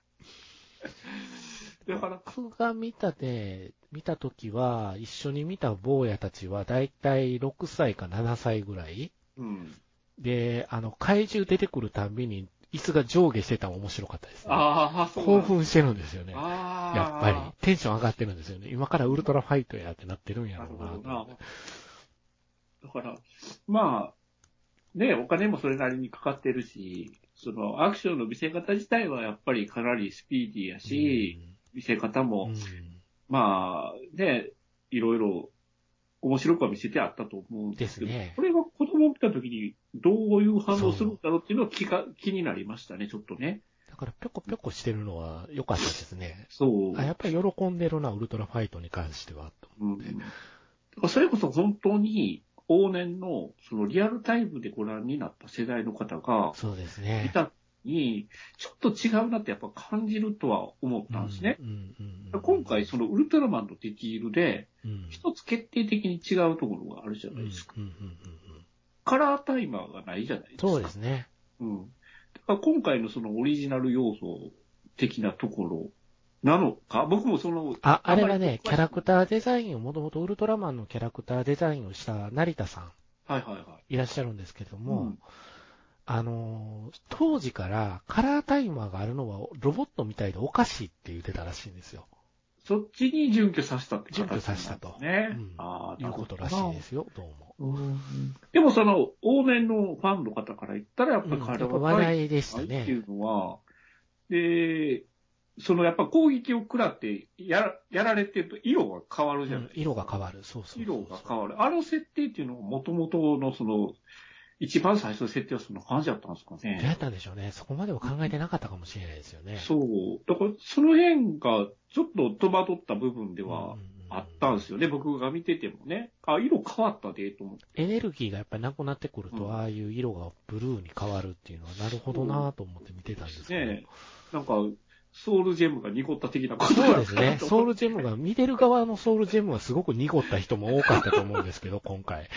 だから僕が見たで、見たときは、一緒に見た坊やたちは、だいたいろくさいかななさいぐらい、うん、で、あの、怪獣出てくるたんびに、椅子が上下してたの面白かったですね。ああ、そう。興奮してるんですよね。あやっぱり。テンション上がってるんですよね。今からウルトラファイトやってなってるんやろうなと。なだから、まあ、ね、お金もそれなりにかかってるし、そのアクションの見せ方自体はやっぱりかなりスピーディーやし、うん見せ方も、うん、まあ、ね、いろいろ面白くは見せてあったと思うんですけど、ね、これが子供を見たときにどういう反応するんだろうっていうのは気が気になりましたね、ちょっとね。 だからぴょこぴょこしてるのは良かったですね。 そう。 あ、やっぱり喜んでるな、ウルトラファイトに関しては。と思って。 うん、だからそれこそ本当に往年のそのリアルタイムでご覧になった世代の方が、 そうですね。 見たに、ちょっと違うなってやっぱ感じるとは思ったんですね。今回そのウルトラマンのディティールで、一つ決定的に違うところがあるじゃないですか。カラータイマーがないじゃないですか。 そうですね。 うん。だから今回のそのオリジナル要素的なところなのか、僕もその。 あ、あれはね、キャラクターデザインを、もともとウルトラマンのキャラクターデザインをした成田さん。 はいはいはい。 いらっしゃるんですけども、うんあの、当時からカラータイマーがあるのはロボットみたいでおかしいって言ってたらしいんですよ。 そっちに準拠させたって準拠させたと。 ね。 うん、ああ、いうことらしいですよ、どうも。 うんでもその、往年のファンの方から言ったら、やっぱりカラー話題でしたね。 っていうのは、で、そのやっぱ攻撃を食らってやら、やられてると色が変わるじゃないですか。 うん、色が変わる。そうそうそうそう。 色が変わる。あの設定っていうのは元々のその、一番最初の設定はそんな感じだったんですかね。 どうやったんでしょうね。そこまでは考えてなかったかもしれないですよね。 そう。だから、その辺がちょっと戸惑った部分ではあったんですよね。僕が見ててもね。あ、色変わったで、と思って。 エネルギーがやっぱりなくなってくると、うん、ああいう色がブルーに変わるっていうのは、なるほどなと思って見てたんですけど。ねなんか、ソウルジェムが濁った的なことそうですね。ソウルジェムが、見てる側のソウルジェムはすごく濁った人も多かったと思うんですけど、今回。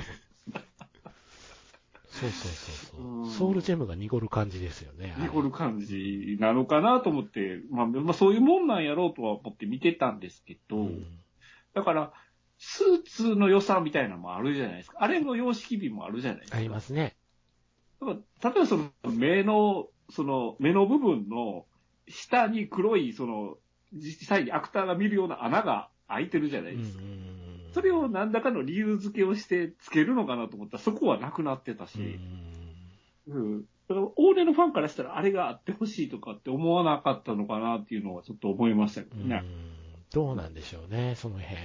そうそうそうそう、うん。ソウルジェムが濁る感じですよね。 濁る感じなのかなと思って、まあ、まあ、そういうもんなんやろうとは思って見てたんですけど、うん、だから、スーツの良さみたいなのもあるじゃないですか。あれの様式美もあるじゃないですか。 ありますね。 だから例えばその目の、その目の部分の下に黒い、その、実際にアクターが見るような穴が開いてるじゃないですか。うんそれを何らかの理由付けをしてつけるのかなと思ったらそこはなくなってたし、うん、だから往年のファンからしたらあれがあってほしいとかって思わなかったのかなっていうのはちょっと思いましたけどね。 うんどうなんでしょうね、その辺。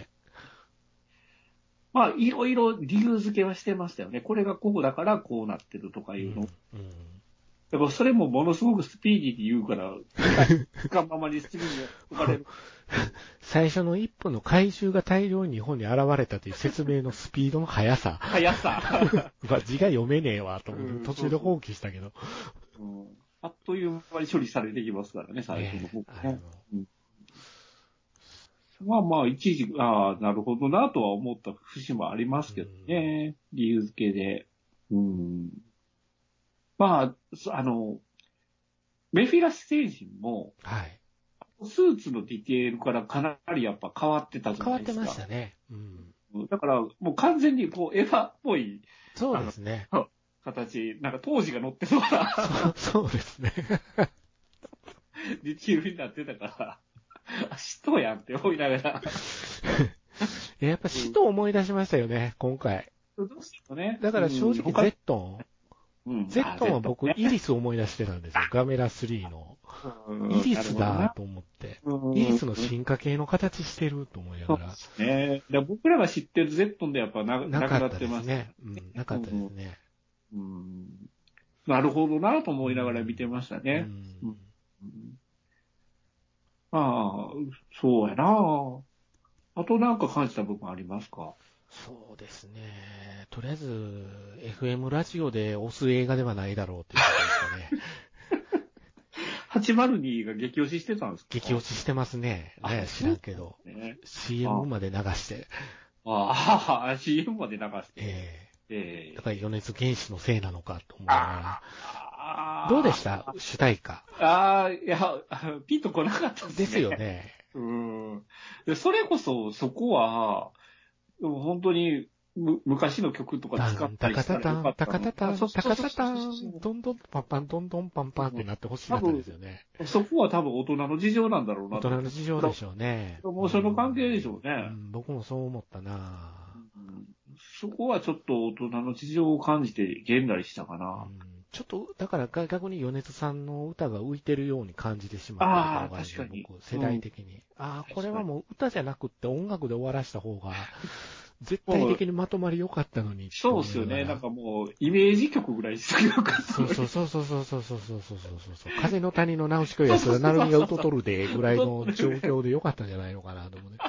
まあ、いろいろ理由付けはしてましたよね。これがこうだからこうなってるとかいうの。うんうんだからそれもものすごくスピーディーに言うから、つかままに次に置かれる。 最初の一歩の怪獣が大量に日本に現れたという説明のスピードの速さ。 速さ。 字が読めねえわ、と思って途中で放棄したけど。 うん、あっという間に処理されてきますからね、最初の方ね。ねうん、まあまあ、一時、ああ、なるほどなとは思った節もありますけどね。うん、理由付けで。うん、まあ、あの、メフィラス星人も、 はい。 スーツのディテールからかなりやっぱ変わってたじゃないですか。 変わってましたね。 うん。だから、もう完全にこう、エヴァっぽい。 そうですね。 形、なんか当時が乗ってそうな。 そう、そうですね。 ディテールになってたから、あ、使徒やんって思いながら。 やっぱ使徒思い出しましたよね、今回。 どうしてもね。 だから正直、ゼットン。 うん、 ゼットンは僕、イリスを思い出してたんですよ。ガメラスリーの。イリスだと思って。イリスの進化系の形してると思いながら。 そうですね。で僕らが知ってるゼットンでやっぱななくなってますね。うん、なかったですね。 うん、なるほどなと思いながら見てましたね。うんうんうん、ああ、そうやな。あとなんか感じた部分ありますか？ そうですね。とりあえず、エフエム ラジオで押す映画ではないだろうということですかね。 はちまるにが激推ししてたんですか？ 激推ししてますね。ね、知らんけど。ね、シーエム まで流して。 ああ、シーエム まで流して。 えええー。 だから余熱原子のせいなのかと思いながら。どうでした主題歌。 ああ、いや、ピンとこなかったですね。 ですよね。 うん。でそれこそ、そこは、本当に、む、昔の曲とか使ったりしたらよかった。タカタタン、タカタタン、タカタタン、どんどんパンパン、どんどんパンパンってなってほしかったですよね。 そこは多分大人の事情なんだろうな。 大人の事情でしょうね。 プロモーションの関係でしょうね。 うん、僕もそう思ったな、 うん。そこはちょっと大人の事情を感じて現代したかな。うん、 ちょっと、だから逆に米津さんの歌が浮いてるように感じてしまった。 ああ、確かに。 僕、世代的に。うん、ああ、これはもう歌じゃなくって音楽で終わらした方が、絶対的にまとまり良かったのに。 そうですよね。なんかもう、イメージ曲ぐらいしよかった。 そうそうそうそうそうそうそうそうそうそう。風の谷のナウシコやそれなるみが歌とるで、ぐらいの状況で良かったんじゃないのかなと思うね。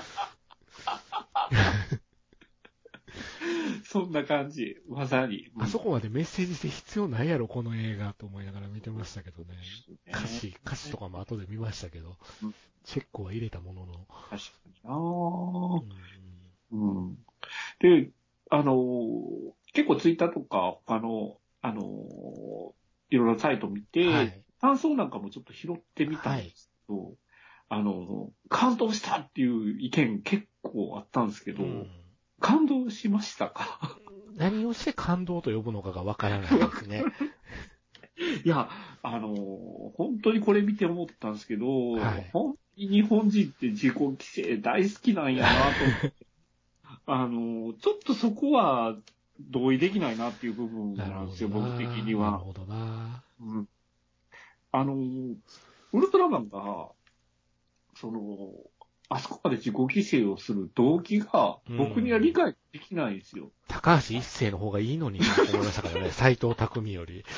そんな感じ。まさに。 あそこまでメッセージ性必要ないやろ、この映画と思いながら見てましたけどね。歌詞、歌詞とかも後で見ましたけど、うん、チェックは入れたものの。 確かになぁ。うん。うんで、あのー、結構ツイッターとか他の、あのー、いろいろサイト見て、はい、感想なんかもちょっと拾ってみたんですけど、はい、あの、感動したっていう意見結構あったんですけど、うん、感動しましたか？ 何をして感動と呼ぶのかがわからないですね。 いや、あのー、本当にこれ見て思ったんですけど、はい、本当に日本人って自己規制大好きなんやなと思って。あの、ちょっとそこは同意できないなっていう部分なんですよ、僕的には。 なるほどな。 うん。あの、ウルトラマンが、その、あそこまで自己犠牲をする動機が、僕には理解できないんですよ。うん、 高橋一生の方がいいのにと思いましたからね、斎藤匠より。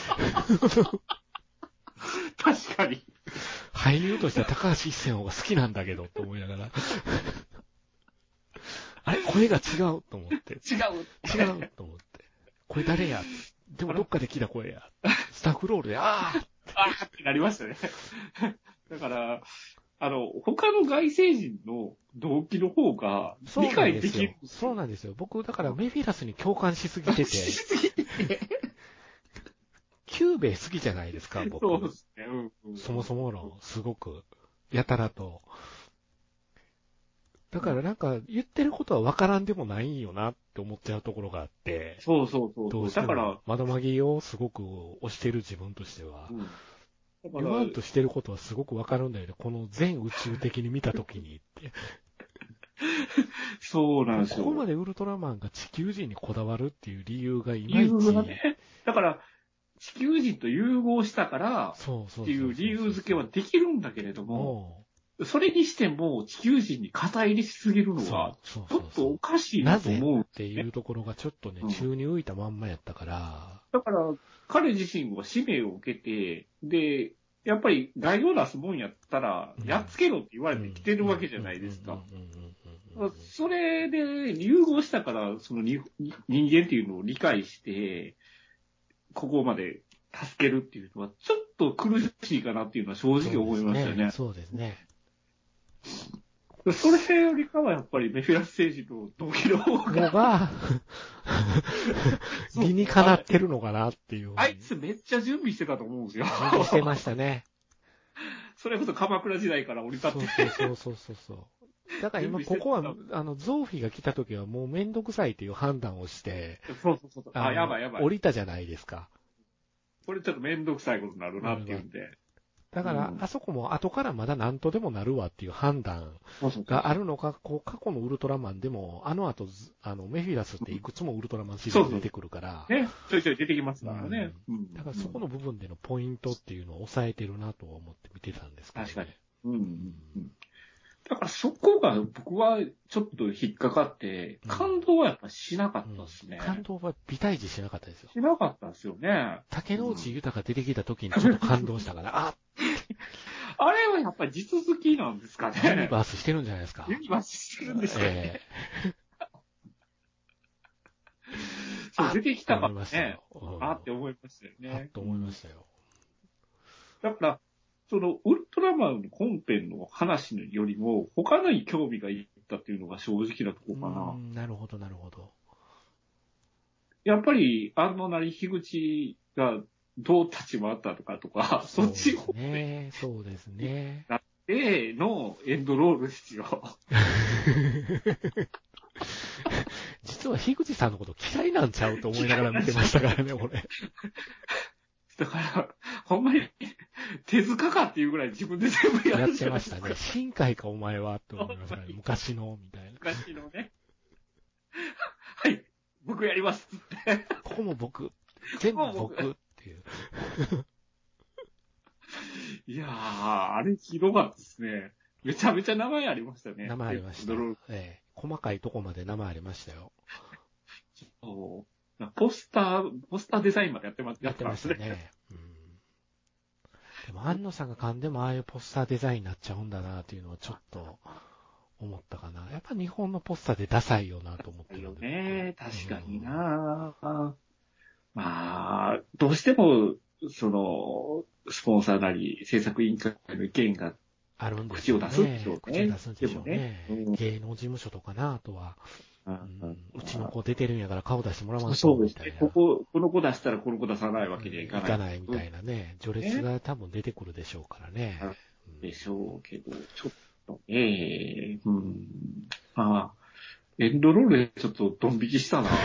確かに。 俳優としては高橋一生の方が好きなんだけど、と思いながら。あれ声が違うと思って。 違う違うと思って。これ誰やでもどっかで聞いた声や。スタッフロールで、あーあーってなりましたね。だから、あの、他の外星人の動機の方が理解できる。 そうなんですよ。僕、だからメフィラスに共感しすぎてて。しすぎて。キューベイ好きじゃないですか、僕。 そうですね。うんうん、 そもそもの、すごく、やたらと。だからなんか言ってることは分からんでもないんよなって思っちゃうところがあって。 そうそうそう。 どうしてもだから、窓マギをすごく推してる自分としては、うん、言わんとしてることはすごく分かるんだよね。この全宇宙的に見たときにって。 そうなんですよ。 ここまでウルトラマンが地球人にこだわるっていう理由がいまいち。 ね、だから、地球人と融合したから、っていう理由付けはできるんだけれども、それにしても地球人に肩入れしすぎるのは、ちょっとおかしいなと思う、ね。 なぜっていうところがちょっとね、うん、宙に浮いたまんまやったから。 だから、彼自身は使命を受けて、で、やっぱり代を出すもんやったら、やっつけろって言われてきてるわけじゃないですか。それで融合したから、そのに人間っていうのを理解して、ここまで助けるっていうのは、ちょっと苦しいかなっていうのは正直思いましたよね。 そうですね。 それよりかはやっぱりメフィラス星人と同期の方が。 が、理にかなってるのかなっていう。 あいつめっちゃ準備してたと思うんですよ。 準備してましたね。 それこそ鎌倉時代から降り立って。 そうそうそうそう。だから今ここは、あの、ゾーフィーが来た時はもうめんどくさいという判断をして、 そうそうそう。あ、やばいやばい。 降りたじゃないですか。 これちょっとめんどくさいことになるなっていうんで。 だから、あそこも後からまだ何とでもなるわっていう判断があるのか、こう、過去のウルトラマンでも、あの後、あの、メフィラスっていくつもウルトラマンシリーズ出てくるから。 ね、ちょいちょい出てきますからね。 だからそこの部分でのポイントっていうのを抑えてるなと思って見てたんですけど、ね。 確かに。うんうんうん、だからそこが僕はちょっと引っかかって、感動はやっぱしなかったですね、 うんうん。感動は微体時しなかったですよ。 しなかったですよね。 竹野内豊出てきた時にちょっと感動したから、ああれはやっぱり地続きなんですかね。 ユニバースしてるんじゃないですか。 ユニバースしてるんですかね。えー、そう出てきたからね。あって思いましたよね。 あって思いましたよ。 だから、そのウルトラマンの本編の話よりも、他のに興味がいったっていうのが正直なところかな。 うん、なるほど、なるほど。 やっぱり、あのなり樋口がどう立ち回ったとかとか、そっちをね、そうですね。 なってのエンドロールですよ。 実は樋口さんのこと嫌いなんちゃうと思いながら見てましたからね、俺。 だから、ほんまに、手塚かっていうぐらい自分で全部やってやってましたね。深海かお前はって思いましたね。昔の、みたいな。 昔のね。はい、僕やりますって。 ここも僕、全部僕っていう。 いやー、あれひどかったですね。めちゃめちゃ名前ありましたね。 名前ありました。ええ、細かいとこまで名前ありましたよ。 そう。ポスター、ポスターデザインまでやってます、 やってましたね。うん、でも、安野さんが噛んでもああいうポスターデザインになっちゃうんだなっていうのはちょっと思ったかな。やっぱ日本のポスターでダサいよなと思ってるんで。 ね、確かにな、うん、まあ、どうしても、その、スポンサーなり制作委員会の意見があるんです口を出すんでしょうね。 口を出すんでしょうね。うん、芸能事務所とかな、あとは。うん、うちの子出てるんやから顔出してもらわんとそうですね。ここ、この子出したらこの子出さないわけにはいかない。 いかないみたいなね。序列が多分出てくるでしょうからね。 でしょうけど、ちょっとね、うん。まあ、エンドロールでちょっとドン引きしたな。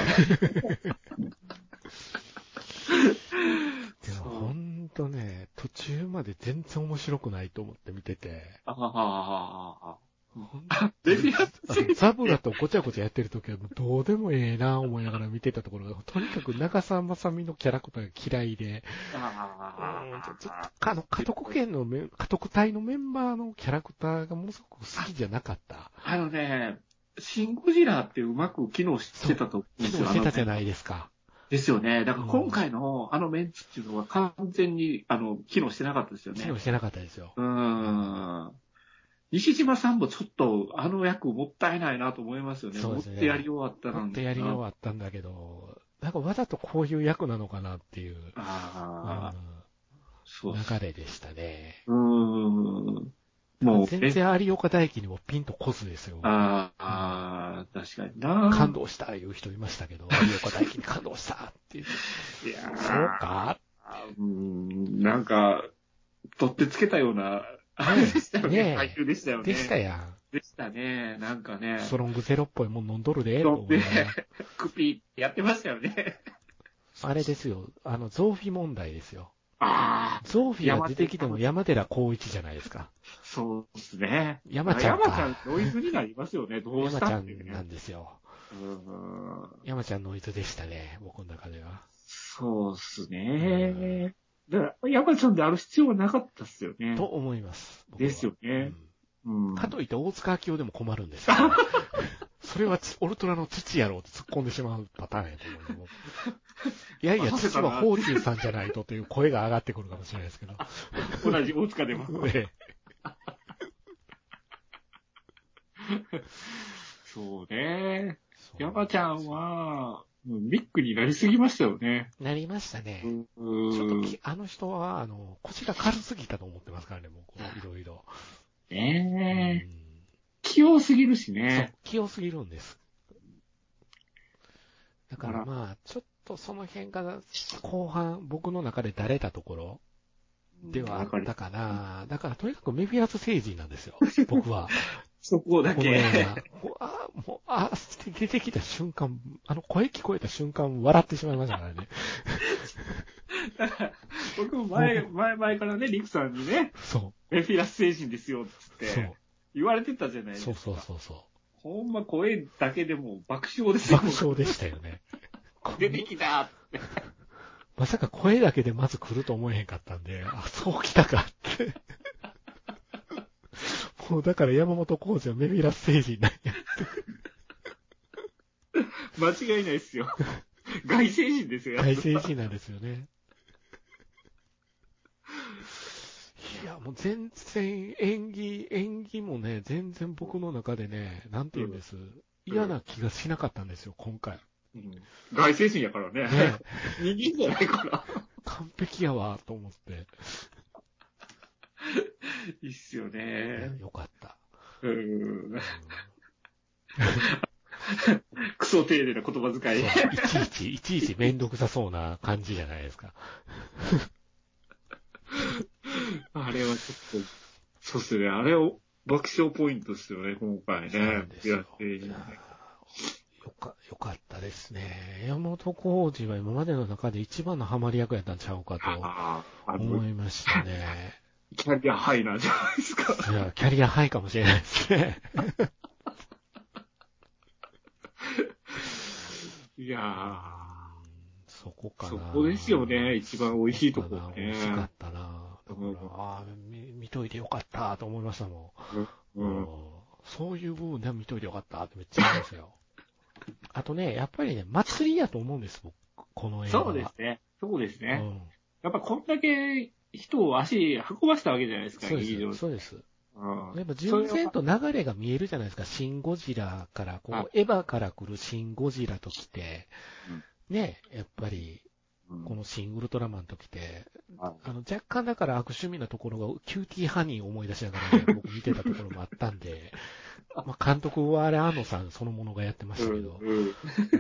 でもほんとね、途中まで全然面白くないと思って見てて。 あはははは。 レビアスザブラとごちゃごちゃやってるときはどうでもええな思いながら見てたところが、とにかく長澤まさみのキャラクターが嫌いで、あの、家督県のメ、家督隊のメンバーのキャラクターがものすごく好きじゃなかった。 あのね、シン・ゴジラってうまく機能してたと思うんですよ。機能してたじゃないですか。 ですよね。だから今回のあのメンツっていうのは完全に、あの、機能してなかったですよね。 機能してなかったですよ。 うーん。西島さんもちょっとあの役もったいないなと思いますよね。 そうですね。 持ってやり終わった持ってやり終わったんだけど、なんかわざとこういう役なのかなっていう、 あ、うん、 そう流れでしたね。 うーん。 もう全然有岡大輝にもピンとこずですよ。 ああ、うん、確かにな。 感動したいう人いましたけど、有岡大輝に感動したっていう。いやそうかうーん、なんか、取ってつけたような、あれでしたよね。配給でしたよね。 でしたやん。 でしたね。なんかね。 ストロングゼロっぽいもん飲んどるで、と思って。 クピーやってましたよね。 あれですよ。あの、ゾーフィ問題ですよ。 ああ。 ゾーフィが出てきても山寺宏一じゃないですか。 そうですね。 山ちゃんか。 山ちゃんノイズになりますよね。どうしたって、ね、 山ちゃんなんですよ。うん山ちゃんノイズでしたね。僕の中では。 そうですね。だから、山ちゃんである必要はなかったっすよね。 と思います。 ですよね。 うん。かといって大塚明夫でも困るんですよ、ね。それはオルトラの父やろうって突っ込んでしまうパターンやと思う。 いやいや、父は宝中さんじゃないとという声が上がってくるかもしれないですけど。 同じ大塚でも。ね、そうね。山ちゃんは、ビッグになりすぎましたよね。 なりましたね。うんちょっとあの人は、あの、腰が軽すぎたと思ってますからね、もう、いろいろ。 ねえ。器用すぎるしね。 そう、器用すぎるんです。だからまあ、ちょっとその辺が後半、僕の中でだれたところではあったかな。だからとにかくメフィラス星人なんですよ、僕は。 そこだけ。この映画。あ、もう、あ、出てきた瞬間、あの声聞こえた瞬間、笑ってしまいましたからね。 だから僕も前、前、前からね、リクさんにね、そう。メフィラス星人ですよ、つって。そう。言われてたじゃないですか。 そうそうそうそう。 ほんま声だけでも爆笑ですよ。 爆笑でしたよね。 出てきたって。 まさか声だけでまず来ると思えへんかったんで、あ、そう来たかって。もうだから山本浩二はメフィラス星人なんやって。 間違いないっすよ。外星人ですよ。 外星人なんですよね。いや、もう全然演技、演技もね、全然僕の中でね、なんて言うんです、うん、嫌な気がしなかったんですよ、今回。 うん、外星人やからね。ね人間じゃないから。 完璧やわ、と思って。 いいっすよね。 よかった。 うーん。クソ丁寧な言葉遣い。 いちいち、いちいちめんどくさそうな感じじゃないですか。 あれはちょっと、そうっすね。あれを爆笑ポイントですよね、今回ね。いや、よか、よかったですね。山本浩二は今までの中で一番のハマり役やったんちゃうかと思いましたね。 キャリアハイなんじゃないですか。 いや、キャリアハイかもしれないですね。 いやー。 そこかな。 そこですよね、一番美味しいところね。 美味しかったな。だから、うん、ああ、見、見といてよかったと思いましたもん。うんうん、そういう部分では見といてよかったってめっちゃ思いますよ。あとね、やっぱりね、祭りやと思うんです、僕、この映画は。 そうですね。そうですね。うん、やっぱこんだけ人を足運ばせたわけじゃないですか、 そうです。そうです。 うん、 やっぱ純然と流れが見えるじゃないですか。シン・ゴジラから、こう、エヴァから来るシン・ゴジラと来て、うん、ね、やっぱり、このシン・ウルトラマンと来て、うん、あの、若干だから悪趣味なところが、キューティーハニーを思い出しながらね、僕見てたところもあったんで、まあ、監督はあれ、安野さんそのものがやってましたけど。うんうん、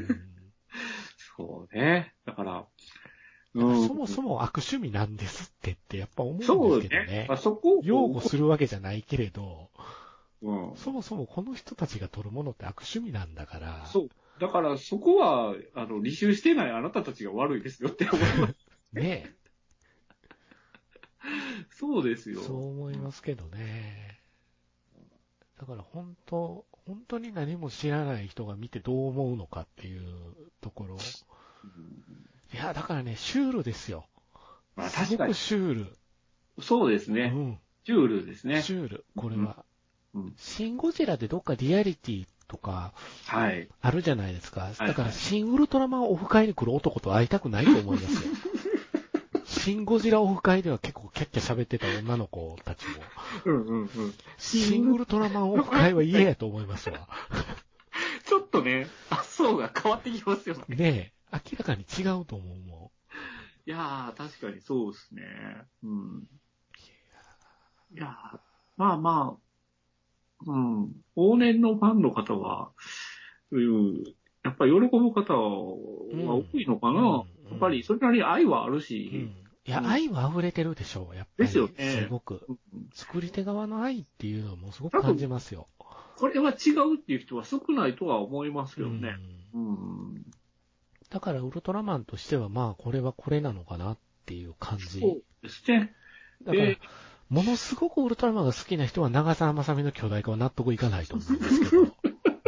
そうね。だから、 うん、そもそも悪趣味なんですってってやっぱ思うんですけどね。ねまあ、そこを擁護するわけじゃないけれど、うん、そもそもこの人たちが取るものって悪趣味なんだから。 そう。だからそこは、あの、履修してないあなたたちが悪いですよって思います。ねえ。そうですよ。 そう思いますけどね。だから本当、本当に何も知らない人が見てどう思うのかっていうところ。いや、だからね、シュールですよ。まあ確かに。すごくシュール。 そうですね。うん。シュールですね。 シュール、これは。うん。シン・ゴジラでどっかリアリティとか、はい。あるじゃないですか。はい、だから、シン・ウルトラマンオフ会に来る男と会いたくないと思いますよ。シン・ゴジラオフ会では結構キャッキャ喋ってた女の子たちも。うんうんうん。シン・ウルトラマンオフ会は嫌やと思いますわ。 ちょっとね、発想が変わってきますよね。 ねえ、明らかに違うと思うもん。 いやー、確かにそうですね。うん。いやー、まあまあ、うん。往年のファンの方は、うん、やっぱり喜ぶ方は多いのかな、うんうんうん。やっぱりそれなりに愛はあるし。うん、 いや、うん、愛は溢れてるでしょう、やっぱり。ですよね。すごく。うん、作り手側の愛っていうのもすごく感じますよ。 これは違うっていう人は少ないとは思いますけどね。うんうん、だからウルトラマンとしてはまあこれはこれなのかなっていう感じ。 そうですね。 だから、えー、ものすごくウルトラマンが好きな人は長澤まさみの巨大化は納得いかないと思うんですけど。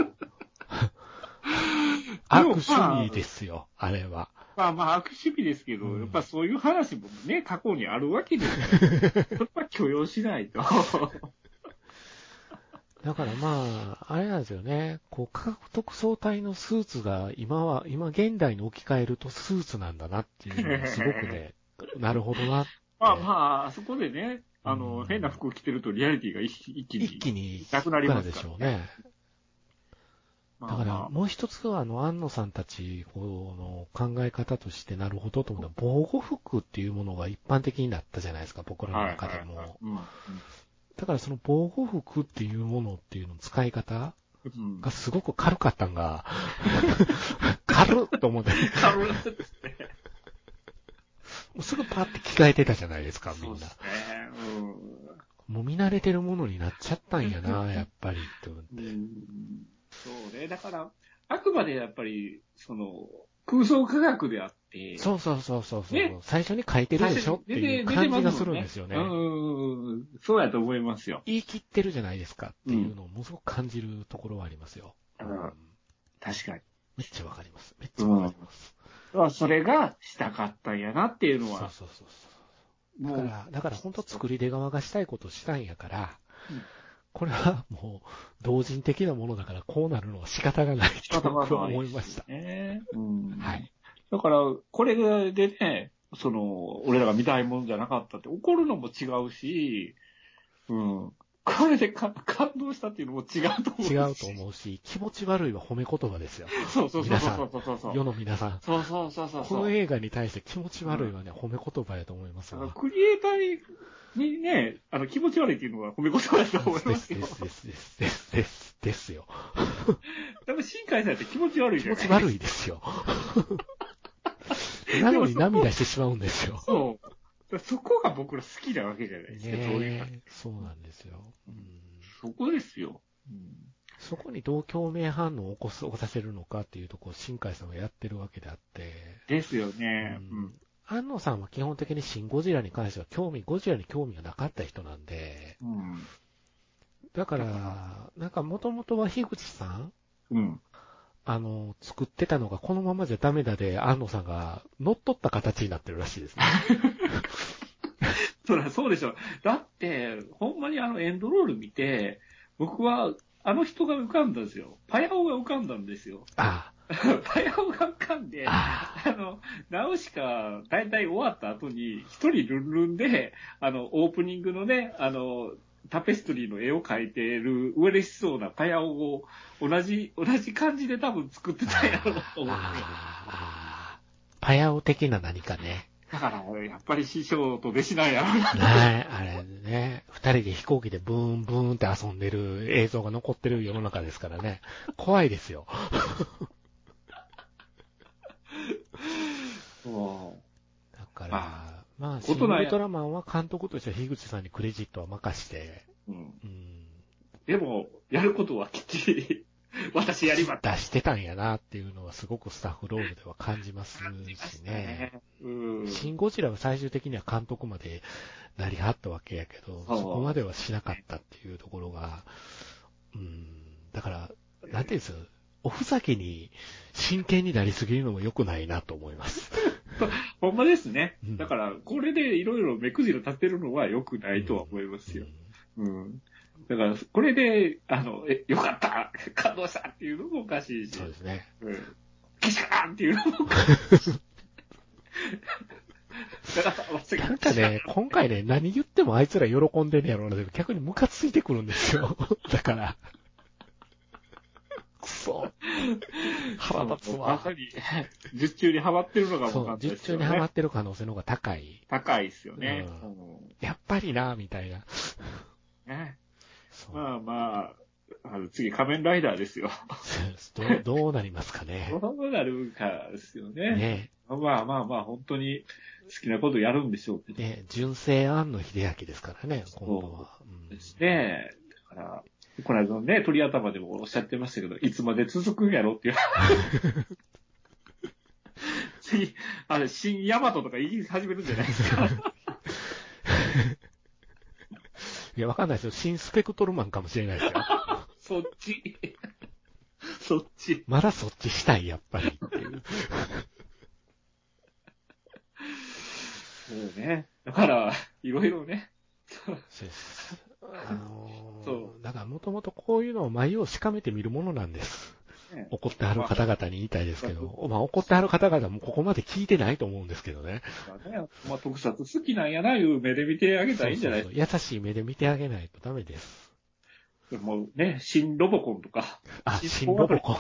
悪趣味ですよ、あれは。 まあまあ悪趣味ですけど、うん、やっぱそういう話もね、過去にあるわけですから、それは許容しないと。 だからまあ、あれなんですよね。こう、科学特捜隊のスーツが今は、今現代に置き換えるとスーツなんだなっていうのがすごくね、なるほどなって。 まあまあ、あそこでね、あの、うん、変な服着てるとリアリティが一気に。 一気になくなりますからでしょうね。だから、もう一つは、あの、安野さんたちの考え方としてなるほどと思うのは、防護服っていうものが一般的になったじゃないですか、僕らの中でも。だからその防護服っていうものっていうの使い方がすごく軽かったんが、軽っと思って。 軽っって。 もうすぐパッて着替えてたじゃないですか、みんな。 そうですね。 うん、もう見慣れてるものになっちゃったんやな、やっぱりって思って。 うんそうね。だから、あくまでやっぱり、その、空想科学であって。 そうそうそうそうそう、ね。最初に書いてるでしょっていう感じがするんですよね。 ねうん。そうやと思いますよ。 言い切ってるじゃないですかっていうのをものすごく感じるところはありますよ。 うん、確かに。 めっちゃわかります。めっちゃわかります。 うん、それがしたかったんやなっていうのは。 そうそうそうそう。だから、だから本当作り手側がしたいことをしたんやから、うんこれはもう、同人的なものだから、こうなるのは仕方がないと僕は思いました。 ねうん、 はい。 だから、これでね、その、俺らが見たいものじゃなかったって怒るのも違うし、うん。これでか感動したっていうのも違うと思うし。 違うと思うし、気持ち悪いは褒め言葉ですよ。 そうそうそうそうそうそう。 世の皆さん。 そうそうそうそう。 この映画に対して気持ち悪いはね、うん、褒め言葉やと思いますよ。 クリエイターにね、あの、気持ち悪いっていうのは褒め言葉だと思いますよ。 です、です、です、です、です、ですよ。 多分、新海さんって気持ち悪いじゃないですか。気持ち悪いですよ。なのに涙してしまうんですよ。 そう。そこが僕ら好きなわけじゃないですか、 ね、そういうそうなんですよ。 うん、そこですよ、うん。 そこにどう共鳴反応を起こす、起こさせるのかっていうところを新海さんはやってるわけであって。 ですよね。 うん。安野さんは基本的にシン・ゴジラに関しては興味、ゴジラに興味がなかった人なんで。 うん。 だから、なんかもともとは樋口さんうん。 あの、作ってたのがこのままじゃダメだで、安野さんが乗っ取った形になってるらしいですね。 そりゃそうでしょ。だって、ほんまにあのエンドロール見て、僕はあの人が浮かんだんですよ。パヤオが浮かんだんですよ。 ああ。 パヤオが浮かんで、あ, あの、ナウシカ、だいたい終わった後に、一人ルンルンで、あの、オープニングのね、あの、タペストリーの絵を描いてる嬉しそうなパヤオを同じ、同じ感じで多分作ってたやろうと思って。 パヤオ的な何かね。 だから、やっぱり師匠と弟子なんやろうな。 ねあれね、二人で飛行機でブーンブーンって遊んでる映像が残ってる世の中ですからね。怖いですよ。だから、あまあ、シン・ウルトラマンは監督としては樋口さんにクレジットは任して、 うんうん、でも、やることはきっちり、私やりました。 出してたんやなっていうのはすごくスタッフロールでは感じますしね。 うん、 シン・ゴジラは最終的には監督までなりはったわけやけど、そこまではしなかったっていうところが、うん、だから、なんていうんですか、おふざけに真剣になりすぎるのも良くないなと思います。 ほんまですね。だから、これでいろいろ目くじら立てるのは良くないとは思いますよ。うん。うんだから、これで、あの、え、よかった感動したっていうのもおかしいし。 そうですね。 うん。けしからんっていうのもおかしい。 なんかね、今回ね、何言ってもあいつら喜んでんねやろうな、逆にムカついてくるんですよ。だから。くそ。腹立つわ。 まさに、術中にハマってるのが分かったですよね。術中にハマってる可能性の方が高い。 高いですよね。 うん、やっぱりな、みたいな。 ね。まあまあ、あの次仮面ライダーですよ。 どう、どうなりますかね。 どうなるかですよね。 ねまあまあまあ、本当に好きなことやるんでしょうけど。 ね純正庵野秀明ですからね、今度は。 そうですね。だから、この間のね、鳥頭でもおっしゃってましたけど、いつまで続くんやろっていう。次、あれ、新ヤマトとか言い始めるんじゃないですか。 いや、わかんないですよ。新スペクトルマンかもしれないですよ。 そっち。そっち。 まだそっちしたい、やっぱりっていう。 そうね。だから、いろいろね。 あのそう。 だからもともとこういうのを眉をしかめてみるものなんです。ね、怒ってはる方々に言いたいですけど、まあ、まあ、怒ってはる方々もここまで聞いてないと思うんですけどね。 ねまあ、特撮好きなんやないう目で見てあげたらいいんじゃないですか。 そうそうそう優しい目で見てあげないとダメです。 もうね、新ロボコンとか。 あ、新ロボコン。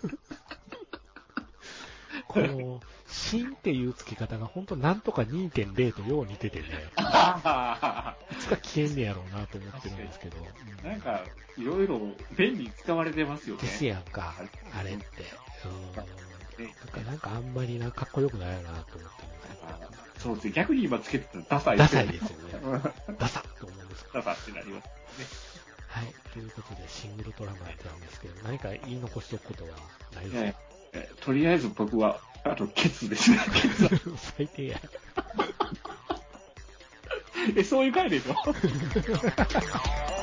この、新っていう付け方が本当なんとか にてんゼロ とよう似ててね。いつか消えんねやろうなと思ってるんですけど。 うん、なんか、いろいろ便利に使われてますよね。 ですやんか、あれって。うん。なんか、なんかあんまりな、かっこよくないよなと思ってるんですけど。 そうですね。逆に今つけてたらダサいですよね。ダサいですよね。ダサッと思うんですけど。ダサってなりますね。 はい。ということで、シングルトラマンってなんですけど、何か言い残しておくことはないですか、 ええ、とりあえず僕は、あと、ケツですね。ケツ最低や。 え、そういう回でしょ